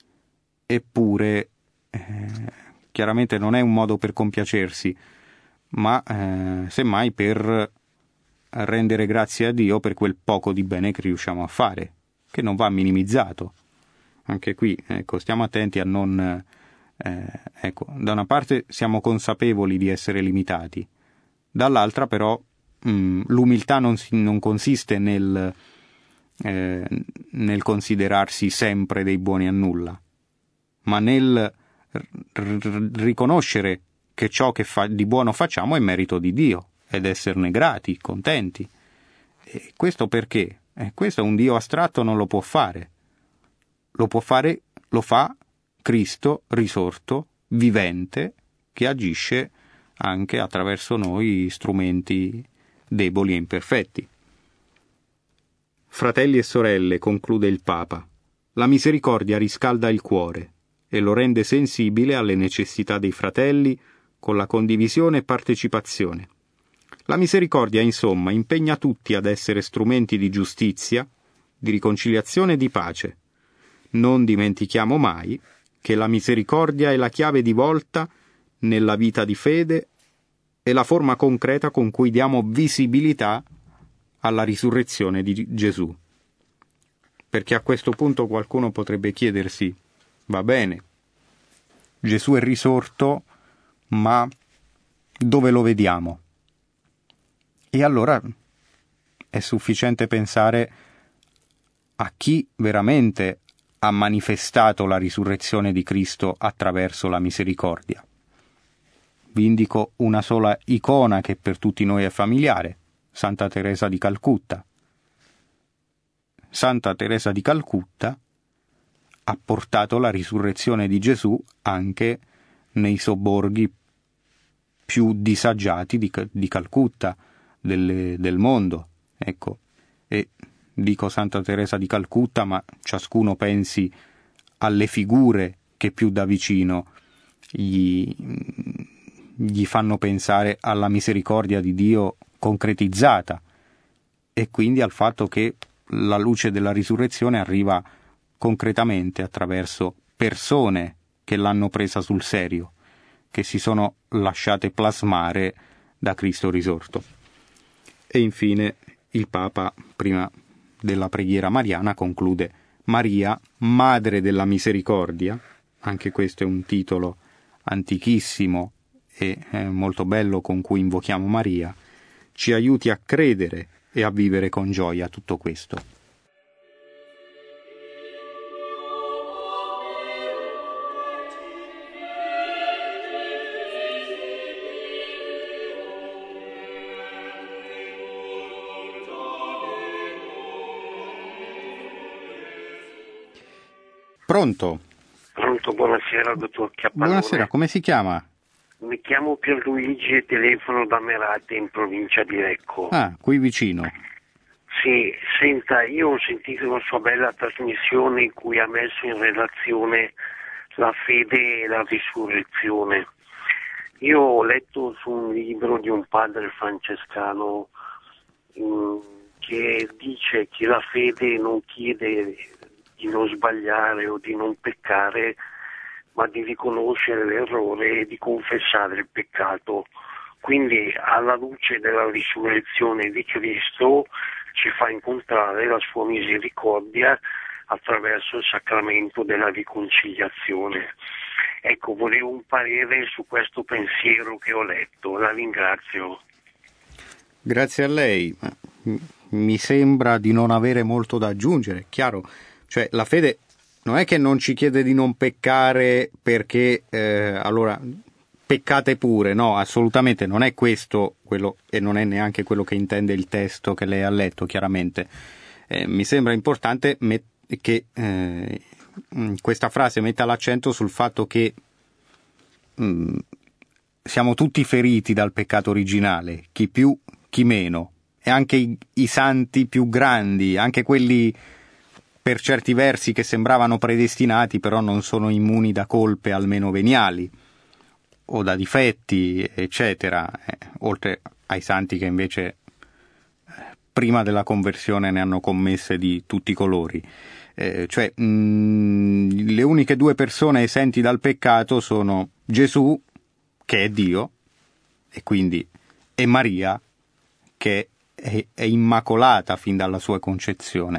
eppure eh, chiaramente non è un modo per compiacersi, ma eh, semmai per rendere grazie a Dio per quel poco di bene che riusciamo a fare, che non va minimizzato. Anche qui, ecco, stiamo attenti a non... Eh, ecco, da una parte siamo consapevoli di essere limitati, dall'altra però mh, l'umiltà non, si, non consiste nel, eh, nel considerarsi sempre dei buoni a nulla, ma nel r- riconoscere che ciò che fa, di buono facciamo è merito di Dio ed esserne grati, contenti. E questo perché? Eh, questo un Dio astratto non lo può fare. Lo può fare, lo fa Cristo risorto, vivente, che agisce anche attraverso noi strumenti deboli e imperfetti. Fratelli e sorelle, conclude il Papa, la misericordia riscalda il cuore e lo rende sensibile alle necessità dei fratelli con la condivisione e partecipazione. La misericordia, insomma, impegna tutti ad essere strumenti di giustizia, di riconciliazione e di pace. Non dimentichiamo mai che la misericordia è la chiave di volta nella vita di fede e la forma concreta con cui diamo visibilità alla risurrezione di Gesù. Perché a questo punto qualcuno potrebbe chiedersi: va bene, Gesù è risorto, ma dove lo vediamo? E allora è sufficiente pensare a chi veramente ha manifestato la risurrezione di Cristo attraverso la misericordia. Vi indico una sola icona che per tutti noi è familiare: Santa Teresa di Calcutta. Santa Teresa di Calcutta ha portato la risurrezione di Gesù anche nei sobborghi più disagiati di, di Calcutta, delle, del mondo. Ecco, e dico Santa Teresa di Calcutta, ma ciascuno pensi alle figure che più da vicino gli, gli fanno pensare alla misericordia di Dio concretizzata, e quindi al fatto che la luce della risurrezione arriva concretamente attraverso persone che l'hanno presa sul serio, che si sono lasciate plasmare da Cristo risorto. E infine il Papa, prima della preghiera mariana, conclude: Maria, Madre della Misericordia, anche questo è un titolo antichissimo e molto bello con cui invochiamo Maria, ci aiuti a credere e a vivere con gioia tutto questo. Pronto? Pronto, buonasera dottor Chiappalone. Buonasera, come si chiama? Mi chiamo Pierluigi e telefono da Merate in provincia di Lecco. Ah, qui vicino. Sì, senta, io ho sentito una sua bella trasmissione in cui ha messo in relazione la fede e la risurrezione. Io ho letto su un libro di un padre francescano mh, che dice che la fede non chiede di non sbagliare o di non peccare, ma di riconoscere l'errore e di confessare il peccato. Quindi, alla luce della risurrezione di Cristo, ci fa incontrare la sua misericordia attraverso il sacramento della riconciliazione. Ecco, volevo un parere su questo pensiero che ho letto. La ringrazio. Grazie a lei. Mi sembra di non avere molto da aggiungere. Chiaro, cioè la fede non è che non ci chiede di non peccare perché eh, allora peccate pure, no, assolutamente non è questo quello, e non è neanche quello che intende il testo che lei ha letto, chiaramente. Eh, mi sembra importante met- che eh, questa frase metta l'accento sul fatto che mh, siamo tutti feriti dal peccato originale, chi più, chi meno, e anche i, i santi più grandi, anche quelli per certi versi che sembravano predestinati, però non sono immuni da colpe almeno veniali o da difetti, eccetera, eh, oltre ai santi che invece prima della conversione ne hanno commesse di tutti i colori. Eh, cioè mh, le uniche due persone esenti dal peccato sono Gesù, che è Dio, e quindi e Maria, che è, è immacolata fin dalla sua concezione.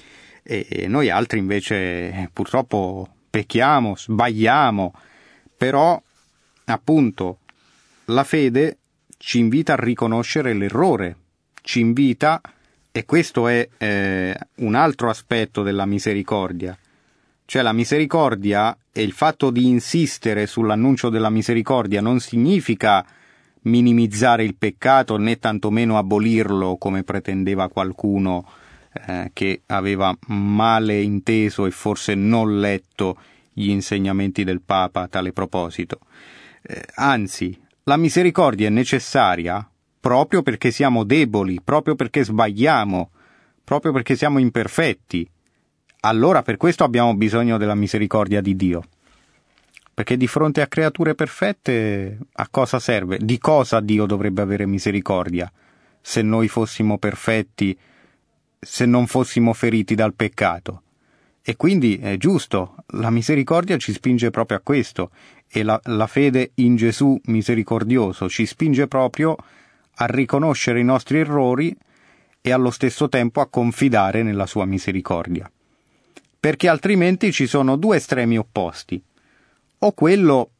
E noi altri invece purtroppo pecchiamo, sbagliamo, però appunto la fede ci invita a riconoscere l'errore, ci invita, e questo è eh, un altro aspetto della misericordia, cioè la misericordia e il fatto di insistere sull'annuncio della misericordia non significa minimizzare il peccato né tantomeno abolirlo come pretendeva qualcuno eh, che aveva male inteso e forse non letto gli insegnamenti del Papa a tale proposito. Eh, anzi, la misericordia è necessaria proprio perché siamo deboli, proprio perché sbagliamo, proprio perché siamo imperfetti. Allora per questo abbiamo bisogno della misericordia di Dio. Perché di fronte a creature perfette a cosa serve? Di cosa Dio dovrebbe avere misericordia se noi fossimo perfetti, se non fossimo feriti dal peccato? E quindi è giusto, la misericordia ci spinge proprio a questo, e la, la fede in Gesù misericordioso ci spinge proprio a riconoscere i nostri errori e allo stesso tempo a confidare nella sua misericordia. Perché altrimenti ci sono due estremi opposti. O quello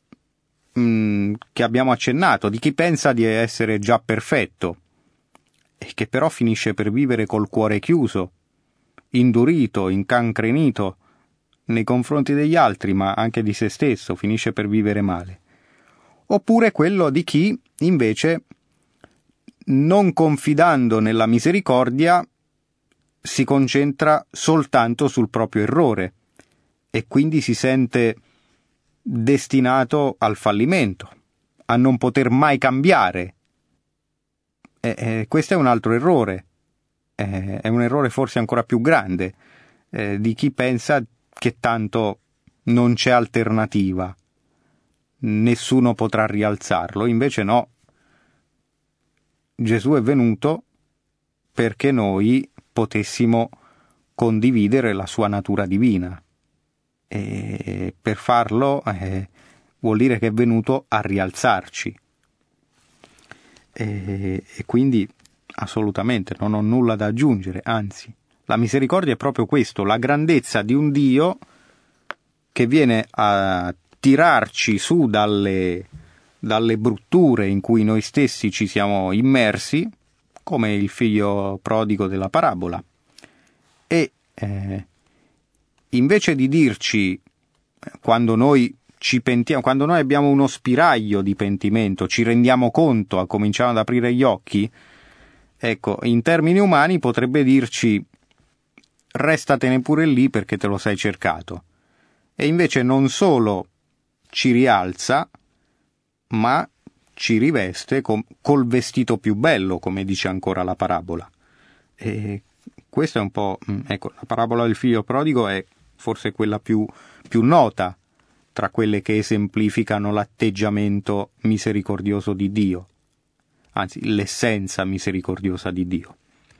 mh, che abbiamo accennato, di chi pensa di essere già perfetto, e che però finisce per vivere col cuore chiuso, indurito, incancrenito nei confronti degli altri, ma anche di se stesso, finisce per vivere male. Oppure quello di chi, invece, non confidando nella misericordia, si concentra soltanto sul proprio errore e quindi si sente destinato al fallimento, a non poter mai cambiare. E, e questo è un altro errore, e, è un errore forse ancora più grande, eh, di chi pensa che tanto non c'è alternativa, nessuno potrà rialzarlo. Invece no, Gesù è venuto perché noi potessimo condividere la sua natura divina. E per farlo eh, vuol dire che è venuto a rialzarci, e, e quindi assolutamente non ho nulla da aggiungere, anzi la misericordia è proprio questo, la grandezza di un Dio che viene a tirarci su dalle, dalle brutture in cui noi stessi ci siamo immersi, come il figlio prodigo della parabola, e eh, invece di dirci, quando noi ci pentiamo, quando noi abbiamo uno spiraglio di pentimento, ci rendiamo conto, cominciamo ad aprire gli occhi, ecco, in termini umani potrebbe dirci: restatene pure lì perché te lo sei cercato. E invece non solo ci rialza, ma ci riveste com- col vestito più bello, come dice ancora la parabola. E questo è un po', ecco, la parabola del figlio prodigo è forse quella più, più nota tra quelle che esemplificano l'atteggiamento misericordioso di Dio, anzi l'essenza misericordiosa di Dio.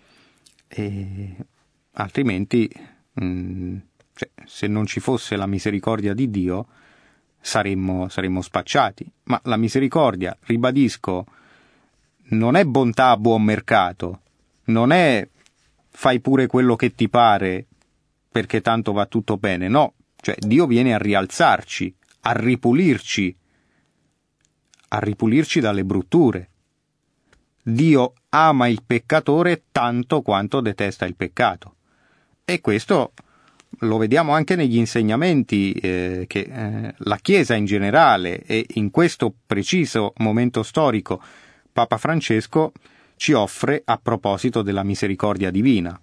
E altrimenti, mh, cioè, se non ci fosse la misericordia di Dio, saremmo, saremmo spacciati. Ma la misericordia, ribadisco, non è bontà a buon mercato, non è fai pure quello che ti pare perché tanto va tutto bene, no, cioè Dio viene a rialzarci, a ripulirci, a ripulirci dalle brutture. Dio ama il peccatore tanto quanto detesta il peccato, e questo lo vediamo anche negli insegnamenti eh, che eh, la Chiesa in generale e in questo preciso momento storico Papa Francesco ci offre a proposito della misericordia divina,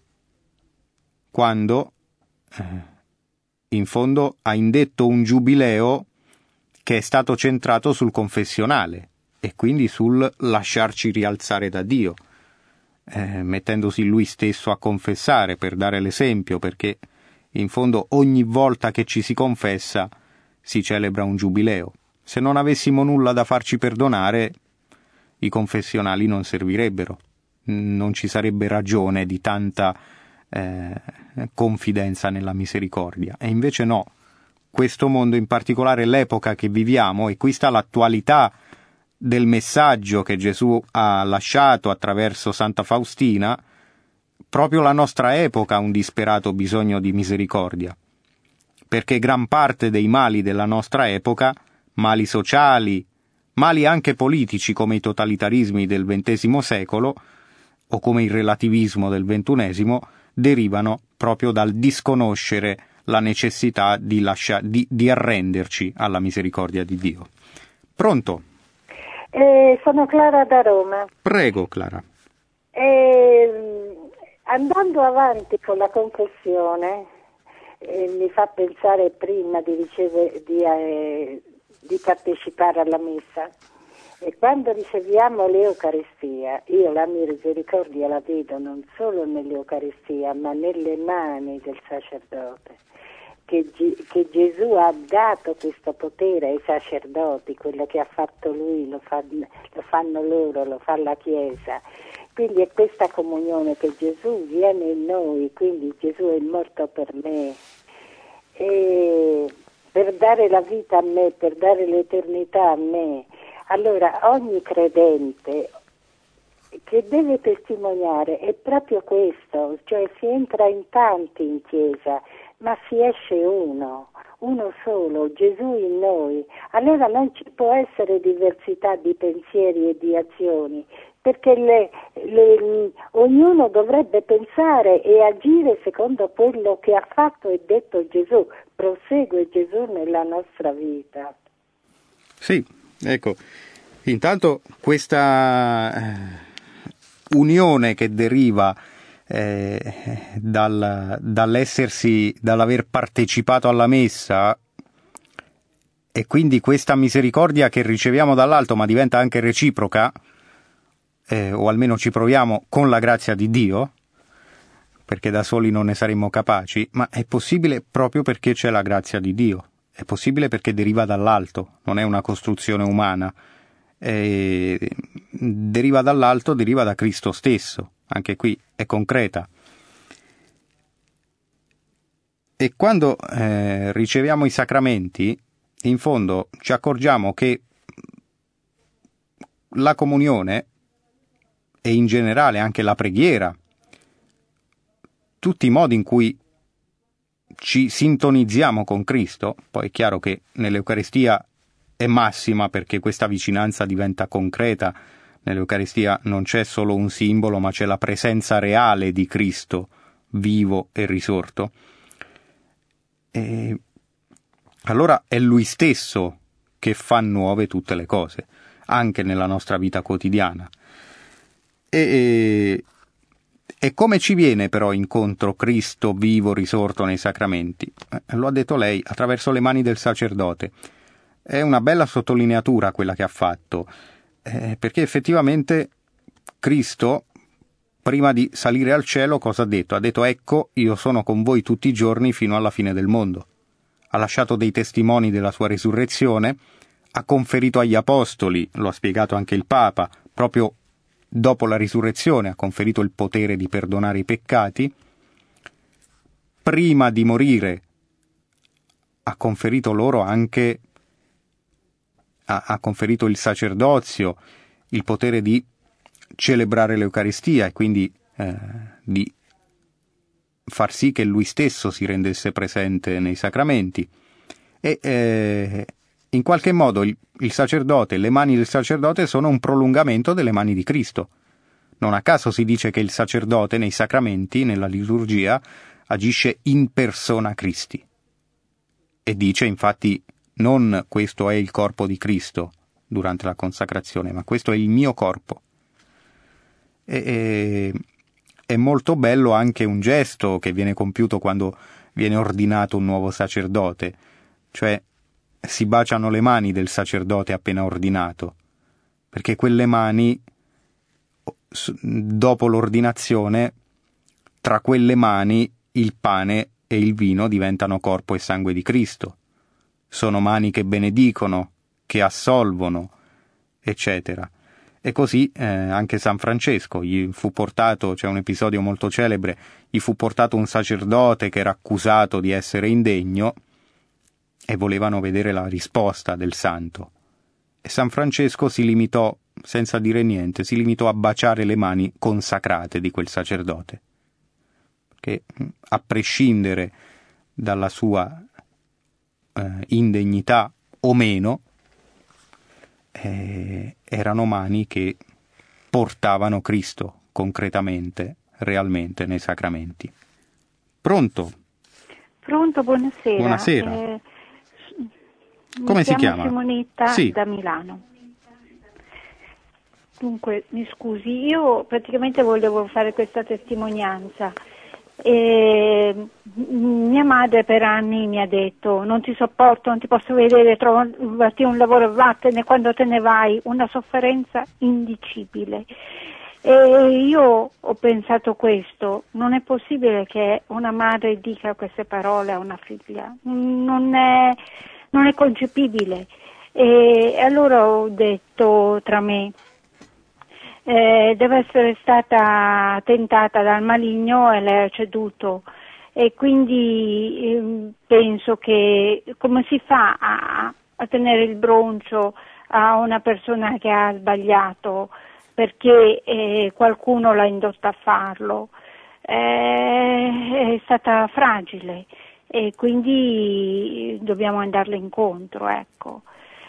quando eh, in fondo ha indetto un giubileo che è stato centrato sul confessionale e quindi sul lasciarci rialzare da Dio. eh, mettendosi lui stesso a confessare per dare l'esempio, perché in fondo ogni volta che ci si confessa si celebra un giubileo. Se non avessimo nulla da farci perdonare, i confessionali non servirebbero, non ci sarebbe ragione di tanta eh, confidenza nella misericordia. E invece no, questo mondo, in particolare l'epoca che viviamo, e qui sta l'attualità del messaggio che Gesù ha lasciato attraverso Santa Faustina, proprio la nostra epoca ha un disperato bisogno di misericordia, perché gran parte dei mali della nostra epoca, mali sociali, mali anche politici come i totalitarismi del ventesimo secolo o come il relativismo del ventunesimo, derivano proprio dal disconoscere la necessità di, lascia, di, di arrenderci alla misericordia di Dio. Pronto? Eh, sono Clara da Roma. Prego, Clara. Eh, andando avanti con la confessione, eh, mi fa pensare prima di ricevere di, eh, di partecipare alla messa, e quando riceviamo l'Eucaristia, io la misericordia la vedo non solo nell'Eucaristia ma nelle mani del sacerdote, che, che Gesù ha dato questo potere ai sacerdoti, quello che ha fatto lui lo, fa, lo fanno loro, lo fa la Chiesa. Quindi è questa comunione che Gesù viene in noi, quindi Gesù è morto per me, e per dare la vita a me, per dare l'eternità a me. Allora ogni credente che deve testimoniare è proprio questo, cioè si entra in tanti in chiesa, ma si esce uno, uno solo, Gesù in noi. Allora non ci può essere diversità di pensieri e di azioni, perché le, le, ognuno dovrebbe pensare e agire secondo quello che ha fatto e detto Gesù. Prosegue Gesù nella nostra vita. Sì, ecco, intanto questa eh, unione che deriva eh, dal, dall'essersi, dall'aver partecipato alla messa, e quindi questa misericordia che riceviamo dall'alto ma diventa anche reciproca, eh, o almeno ci proviamo con la grazia di Dio, perché da soli non ne saremmo capaci, ma è possibile proprio perché c'è la grazia di Dio. È possibile perché deriva dall'alto, non è una costruzione umana. E deriva dall'alto, deriva da Cristo stesso, anche qui è concreta. E quando eh, riceviamo i sacramenti, in fondo ci accorgiamo che la comunione e in generale anche la preghiera, tutti i modi in cui ci sintonizziamo con Cristo, poi è chiaro che nell'Eucaristia è massima perché questa vicinanza diventa concreta. Nell'Eucaristia non c'è solo un simbolo, ma c'è la presenza reale di Cristo, vivo e risorto. E allora è Lui stesso che fa nuove tutte le cose, anche nella nostra vita quotidiana. E, e, e come ci viene però incontro Cristo vivo risorto nei sacramenti? Eh, lo ha detto lei, attraverso le mani del sacerdote. È una bella sottolineatura quella che ha fatto, eh, perché effettivamente Cristo, prima di salire al cielo, cosa ha detto? Ha detto: ecco, io sono con voi tutti i giorni fino alla fine del mondo. Ha lasciato dei testimoni della sua risurrezione, ha conferito agli apostoli, lo ha spiegato anche il Papa, proprio dopo la risurrezione ha conferito il potere di perdonare i peccati. Prima di morire ha conferito loro anche ha, ha conferito il sacerdozio, il potere di celebrare l'Eucaristia e quindi eh, di far sì che lui stesso si rendesse presente nei sacramenti. E eh, in qualche modo il, il sacerdote, le mani del sacerdote sono un prolungamento delle mani di Cristo. Non a caso si dice che il sacerdote nei sacramenti, nella liturgia, agisce in persona Christi. E dice infatti: non questo è il corpo di Cristo durante la consacrazione, ma questo è il mio corpo. E, e, è molto bello anche un gesto che viene compiuto quando viene ordinato un nuovo sacerdote, cioè si baciano le mani del sacerdote appena ordinato, perché quelle mani dopo l'ordinazione, tra quelle mani il pane e il vino diventano corpo e sangue di Cristo. Sono mani che benedicono, che assolvono, eccetera. E così eh, anche San Francesco, gli fu portato, c'è un episodio molto celebre, gli fu portato un sacerdote che era accusato di essere indegno e volevano vedere la risposta del santo. E San Francesco si limitò, senza dire niente, si limitò a baciare le mani consacrate di quel sacerdote, che a prescindere dalla sua eh, indegnità o meno, eh, erano mani che portavano Cristo concretamente, realmente nei sacramenti. Pronto? Pronto, buonasera. Buonasera. Eh, Come si chiama? Simonetta Sì. da Milano. Dunque, mi scusi, io praticamente volevo fare questa testimonianza. E mia madre per anni mi ha detto: non ti sopporto, non ti posso vedere, trovati un lavoro, vattene, quando te ne vai, una sofferenza indicibile. E io ho pensato questo: non è possibile che una madre dica queste parole a una figlia, non è, non è concepibile. E allora ho detto tra me: Eh, deve essere stata tentata dal maligno e lei ha ceduto, e quindi eh, penso che come si fa a, a tenere il broncio a una persona che ha sbagliato perché eh, qualcuno l'ha indotta a farlo? Eh, è stata fragile e quindi dobbiamo andarle incontro, ecco.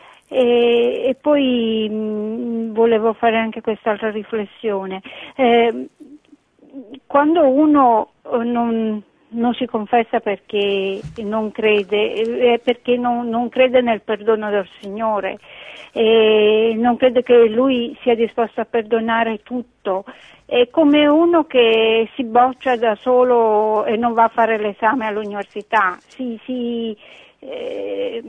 E, e poi mh, volevo fare anche quest'altra riflessione. Eh, quando uno non, non si confessa perché non crede, eh, perché non, non crede nel perdono del Signore, eh, non crede che Lui sia disposto a perdonare tutto, è come uno che si boccia da solo e non va a fare l'esame all'università, si, si eh,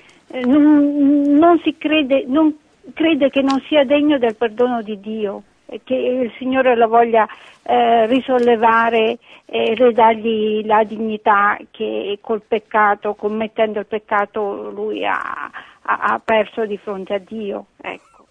Non, non si crede, non crede che non sia degno del perdono di Dio, e che il Signore lo voglia eh, risollevare e ridargli la dignità che col peccato, commettendo il peccato, lui ha, ha, ha perso di fronte a Dio. Ecco.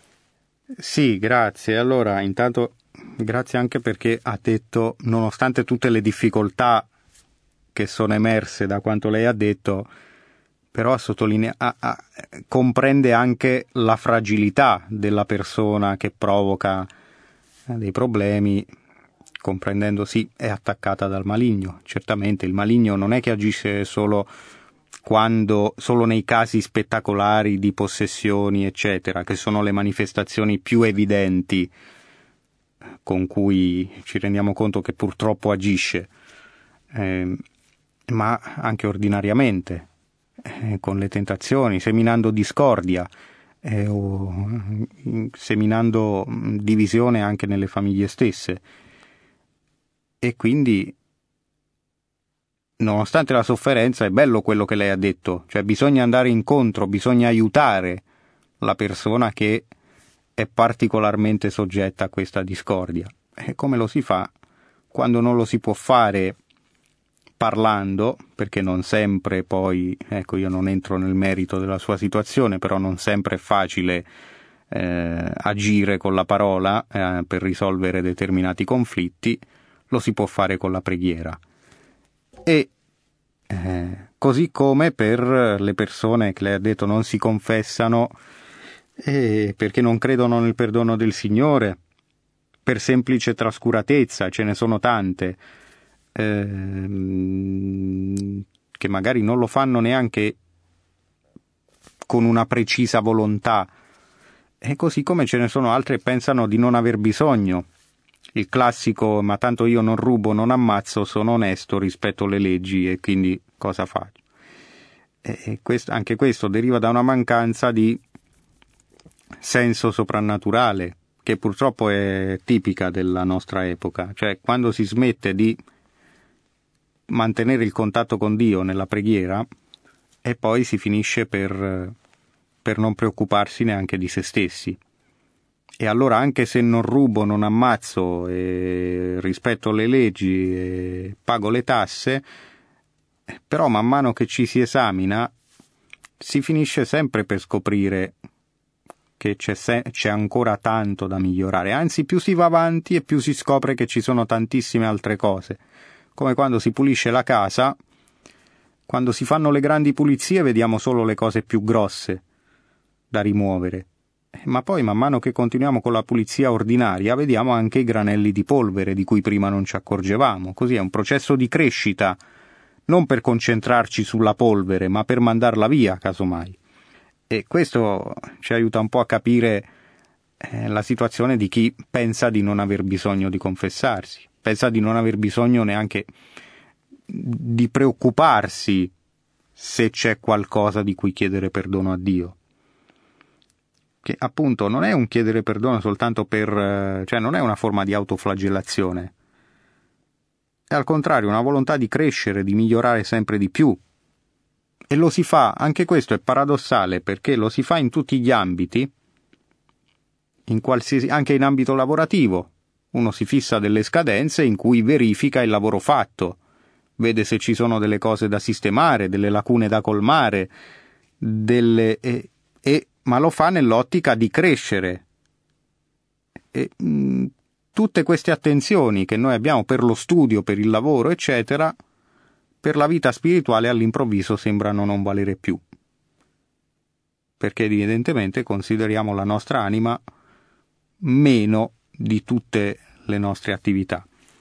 Sì, grazie. Allora, intanto grazie anche perché ha detto, nonostante tutte le difficoltà che sono emerse da quanto lei ha detto, però sottolinea, ah, ah, comprende anche la fragilità della persona che provoca eh, dei problemi, comprendendo sì, è attaccata dal maligno. Certamente il maligno non è che agisce solo quando, solo nei casi spettacolari di possessioni, eccetera, che sono le manifestazioni più evidenti con cui ci rendiamo conto che purtroppo agisce, eh, ma anche ordinariamente, con le tentazioni, seminando discordia eh, o seminando divisione anche nelle famiglie stesse. E quindi, nonostante la sofferenza, è bello quello che lei ha detto, cioè bisogna andare incontro, bisogna aiutare la persona che è particolarmente soggetta a questa discordia. E come lo si fa? Quando non lo si può fare parlando, perché non sempre poi, ecco, io non entro nel merito della sua situazione, però non sempre è facile eh, agire con la parola eh, per risolvere determinati conflitti, lo si può fare con la preghiera. E eh, così come per le persone che lei ha detto non si confessano eh, perché non credono nel perdono del Signore, per semplice trascuratezza, ce ne sono tante, che magari non lo fanno neanche con una precisa volontà, e così come ce ne sono altre che pensano di non aver bisogno. Il classico: ma tanto io non rubo, non ammazzo, sono onesto, rispetto le leggi e quindi cosa faccio? E questo, anche questo deriva da una mancanza di senso soprannaturale che purtroppo è tipica della nostra epoca, cioè quando si smette di mantenere il contatto con Dio nella preghiera e poi si finisce per, per non preoccuparsi neanche di se stessi. e allora anche se non rubo, non ammazzo, e rispetto le leggi e pago le tasse, però man mano che ci si esamina si finisce sempre per scoprire che c'è, se- c'è ancora tanto da migliorare, anzi più si va avanti e più si scopre che ci sono tantissime altre cose, come quando si pulisce la casa, quando si fanno le grandi pulizie vediamo solo le cose più grosse da rimuovere, ma poi man mano che continuiamo con la pulizia ordinaria vediamo anche i granelli di polvere di cui prima non ci accorgevamo. Così è un processo di crescita, non per concentrarci sulla polvere, ma per mandarla via, casomai. E questo ci aiuta un po' a capire eh, la situazione di chi pensa di non aver bisogno di confessarsi, pensa di non aver bisogno neanche di preoccuparsi se c'è qualcosa di cui chiedere perdono a Dio. Che appunto non è un chiedere perdono soltanto per, cioè non è una forma di autoflagellazione, è al contrario una volontà di crescere, di migliorare sempre di più. E lo si fa, anche questo è paradossale, perché lo si fa in tutti gli ambiti, in qualsiasi, anche in ambito lavorativo. Uno si fissa delle scadenze in cui verifica il lavoro fatto, vede se ci sono delle cose da sistemare, delle lacune da colmare, delle, e, e, ma lo fa nell'ottica di crescere. E, mh, tutte queste attenzioni che noi abbiamo per lo studio, per il lavoro, eccetera, per la vita spirituale all'improvviso sembrano non valere più, perché evidentemente consideriamo la nostra anima meno di tutte le nostre attività.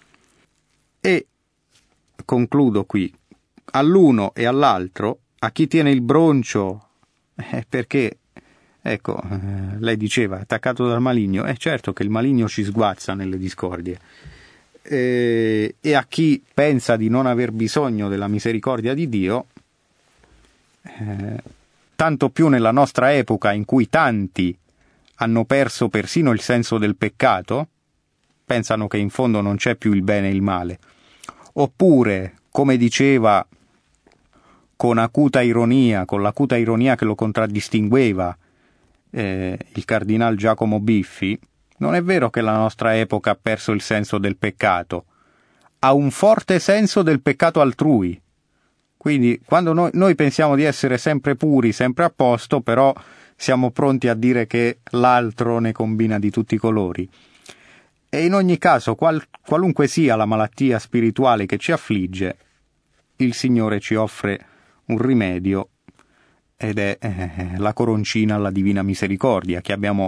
E concludo qui, all'uno e all'altro, a chi tiene il broncio, eh, perché, ecco, eh, lei diceva, attaccato dal maligno, è eh, certo che il maligno ci sguazza nelle discordie, e a chi pensa di non aver bisogno della misericordia di Dio, eh, tanto più nella nostra epoca in cui tanti hanno perso persino il senso del peccato, pensano che in fondo non c'è più il bene e il male, oppure, come diceva con acuta ironia, con l'acuta ironia che lo contraddistingueva eh, il cardinal Giacomo Biffi, non è vero che la nostra epoca ha perso il senso del peccato, ha un forte senso del peccato altrui. Quindi quando noi, noi pensiamo di essere sempre puri, sempre a posto, però siamo pronti a dire che l'altro ne combina di tutti i colori. E in ogni caso, qual, qualunque sia la malattia spirituale che ci affligge, il Signore ci offre un rimedio, ed è eh, la coroncina alla divina misericordia, che abbiamo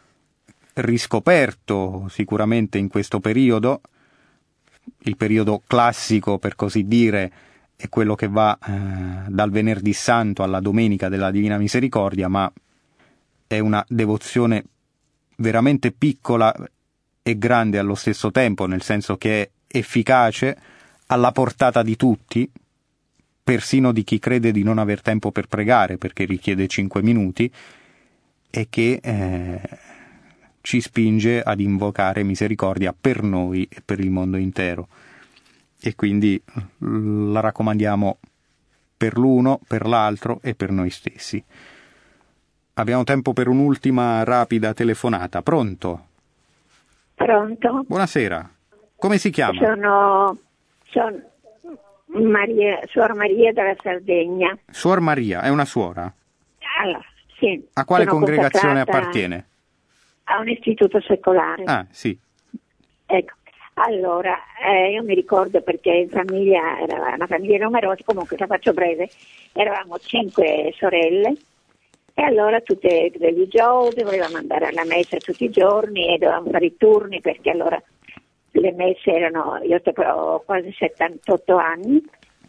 riscoperto sicuramente in questo periodo. Il periodo classico, per così dire, è quello che va eh, dal venerdì santo alla domenica della Divina Misericordia, ma è una devozione veramente piccola e grande allo stesso tempo, nel senso che è efficace, alla portata di tutti, persino di chi crede di non aver tempo per pregare, perché richiede cinque minuti, e che eh, ci spinge ad invocare misericordia per noi e per il mondo intero. E quindi la raccomandiamo per l'uno, per l'altro e per noi stessi. Abbiamo tempo per un'ultima rapida telefonata. Pronto? Pronto? Buonasera. Come si chiama? Sono, sono Maria, Suor Maria della Sardegna. Suor Maria, è una suora? Allora, sì. A quale Sono congregazione appartiene? A un istituto secolare. Ah, sì. Ecco, allora, eh, io mi ricordo perché in famiglia, era una famiglia numerosa, comunque la faccio breve, eravamo cinque sorelle, e allora tutte religiose, volevamo andare alla messa tutti i giorni e dovevamo fare i turni, perché allora le messe erano, io ho quasi settantotto anni,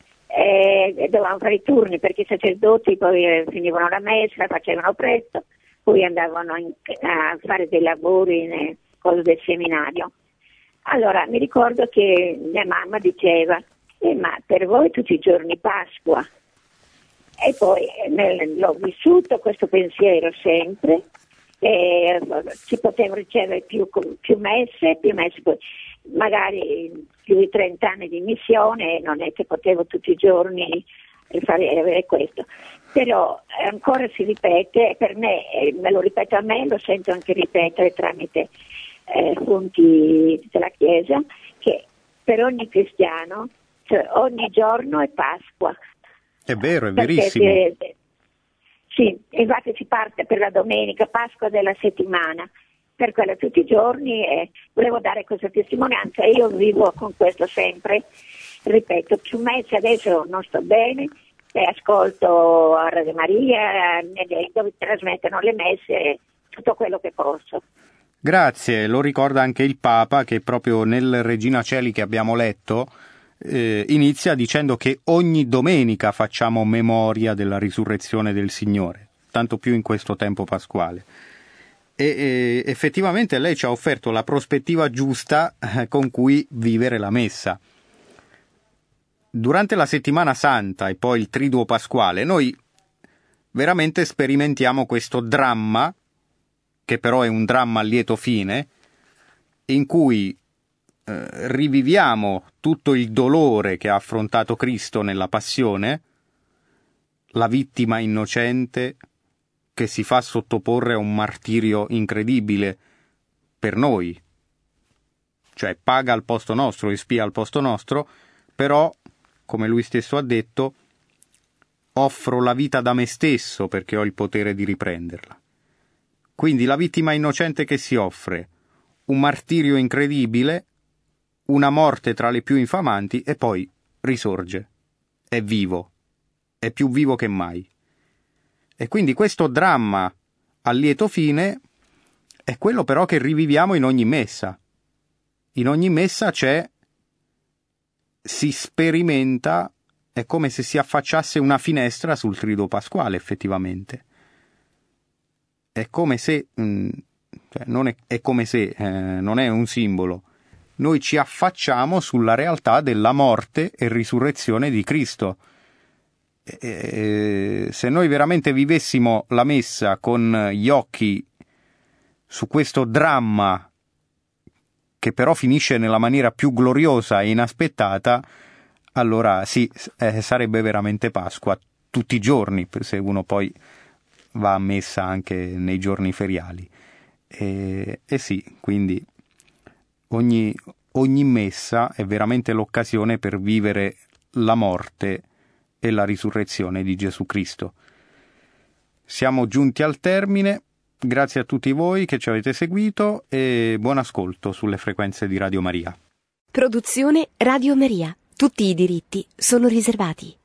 e dovevamo fare i turni perché i sacerdoti poi finivano la messa, la facevano presto, poi andavano in, a fare dei lavori nel coso del seminario. Allora mi ricordo che mia mamma diceva, eh, ma per voi tutti i giorni Pasqua? E poi nel, l'ho vissuto questo pensiero sempre, e si potevano ricevere più, più messe, più messe, poi magari più di trenta anni di missione, non è che potevo tutti i giorni fare, avere questo. però ancora si ripete, per me, me lo ripeto a me, lo sento anche ripetere tramite eh, fonti della Chiesa, che per ogni cristiano, cioè ogni giorno è Pasqua. È vero, è Perché verissimo. Si, sì, infatti si parte per la domenica, Pasqua della settimana, per quella tutti i giorni, e volevo dare questa testimonianza. Io vivo con questo sempre, ripeto, più messe adesso non sto bene, e ascolto a Radio Maria, dove trasmettono le messe, tutto quello che posso. Grazie, lo ricorda anche il Papa, che proprio nel Regina Coeli che abbiamo letto eh, inizia dicendo che ogni domenica facciamo memoria della risurrezione del Signore, tanto più in questo tempo pasquale. E, e effettivamente lei ci ha offerto la prospettiva giusta eh, con cui vivere la messa. Durante la settimana santa e poi il triduo pasquale noi veramente sperimentiamo questo dramma, che però è un dramma a lieto fine, in cui eh, riviviamo tutto il dolore che ha affrontato Cristo nella passione, la vittima innocente che si fa sottoporre a un martirio incredibile per noi, cioè paga al posto nostro, espia al posto nostro, però, come lui stesso ha detto, offro la vita da me stesso perché ho il potere di riprenderla. Quindi la vittima innocente che si offre, un martirio incredibile, una morte tra le più infamanti e poi risorge. È vivo, è più vivo che mai. E quindi questo dramma a lieto fine è quello però che riviviamo in ogni messa. In ogni messa c'è, si sperimenta, è come se si affacciasse una finestra sul triduo pasquale effettivamente. È come se, mh, cioè non è, è come se, eh, non è un simbolo. Noi ci affacciamo sulla realtà della morte e risurrezione di Cristo. E, e, se noi veramente vivessimo la messa con gli occhi su questo dramma, che però finisce nella maniera più gloriosa e inaspettata, allora sì, eh, sarebbe veramente Pasqua tutti i giorni, se uno poi va a messa anche nei giorni feriali. E, e sì, quindi ogni, ogni messa è veramente l'occasione per vivere la morte e la risurrezione di Gesù Cristo. Siamo giunti al termine, grazie a tutti voi che ci avete seguito e buon ascolto sulle frequenze di Radio Maria. Produzione Radio Maria. Tutti i diritti sono riservati.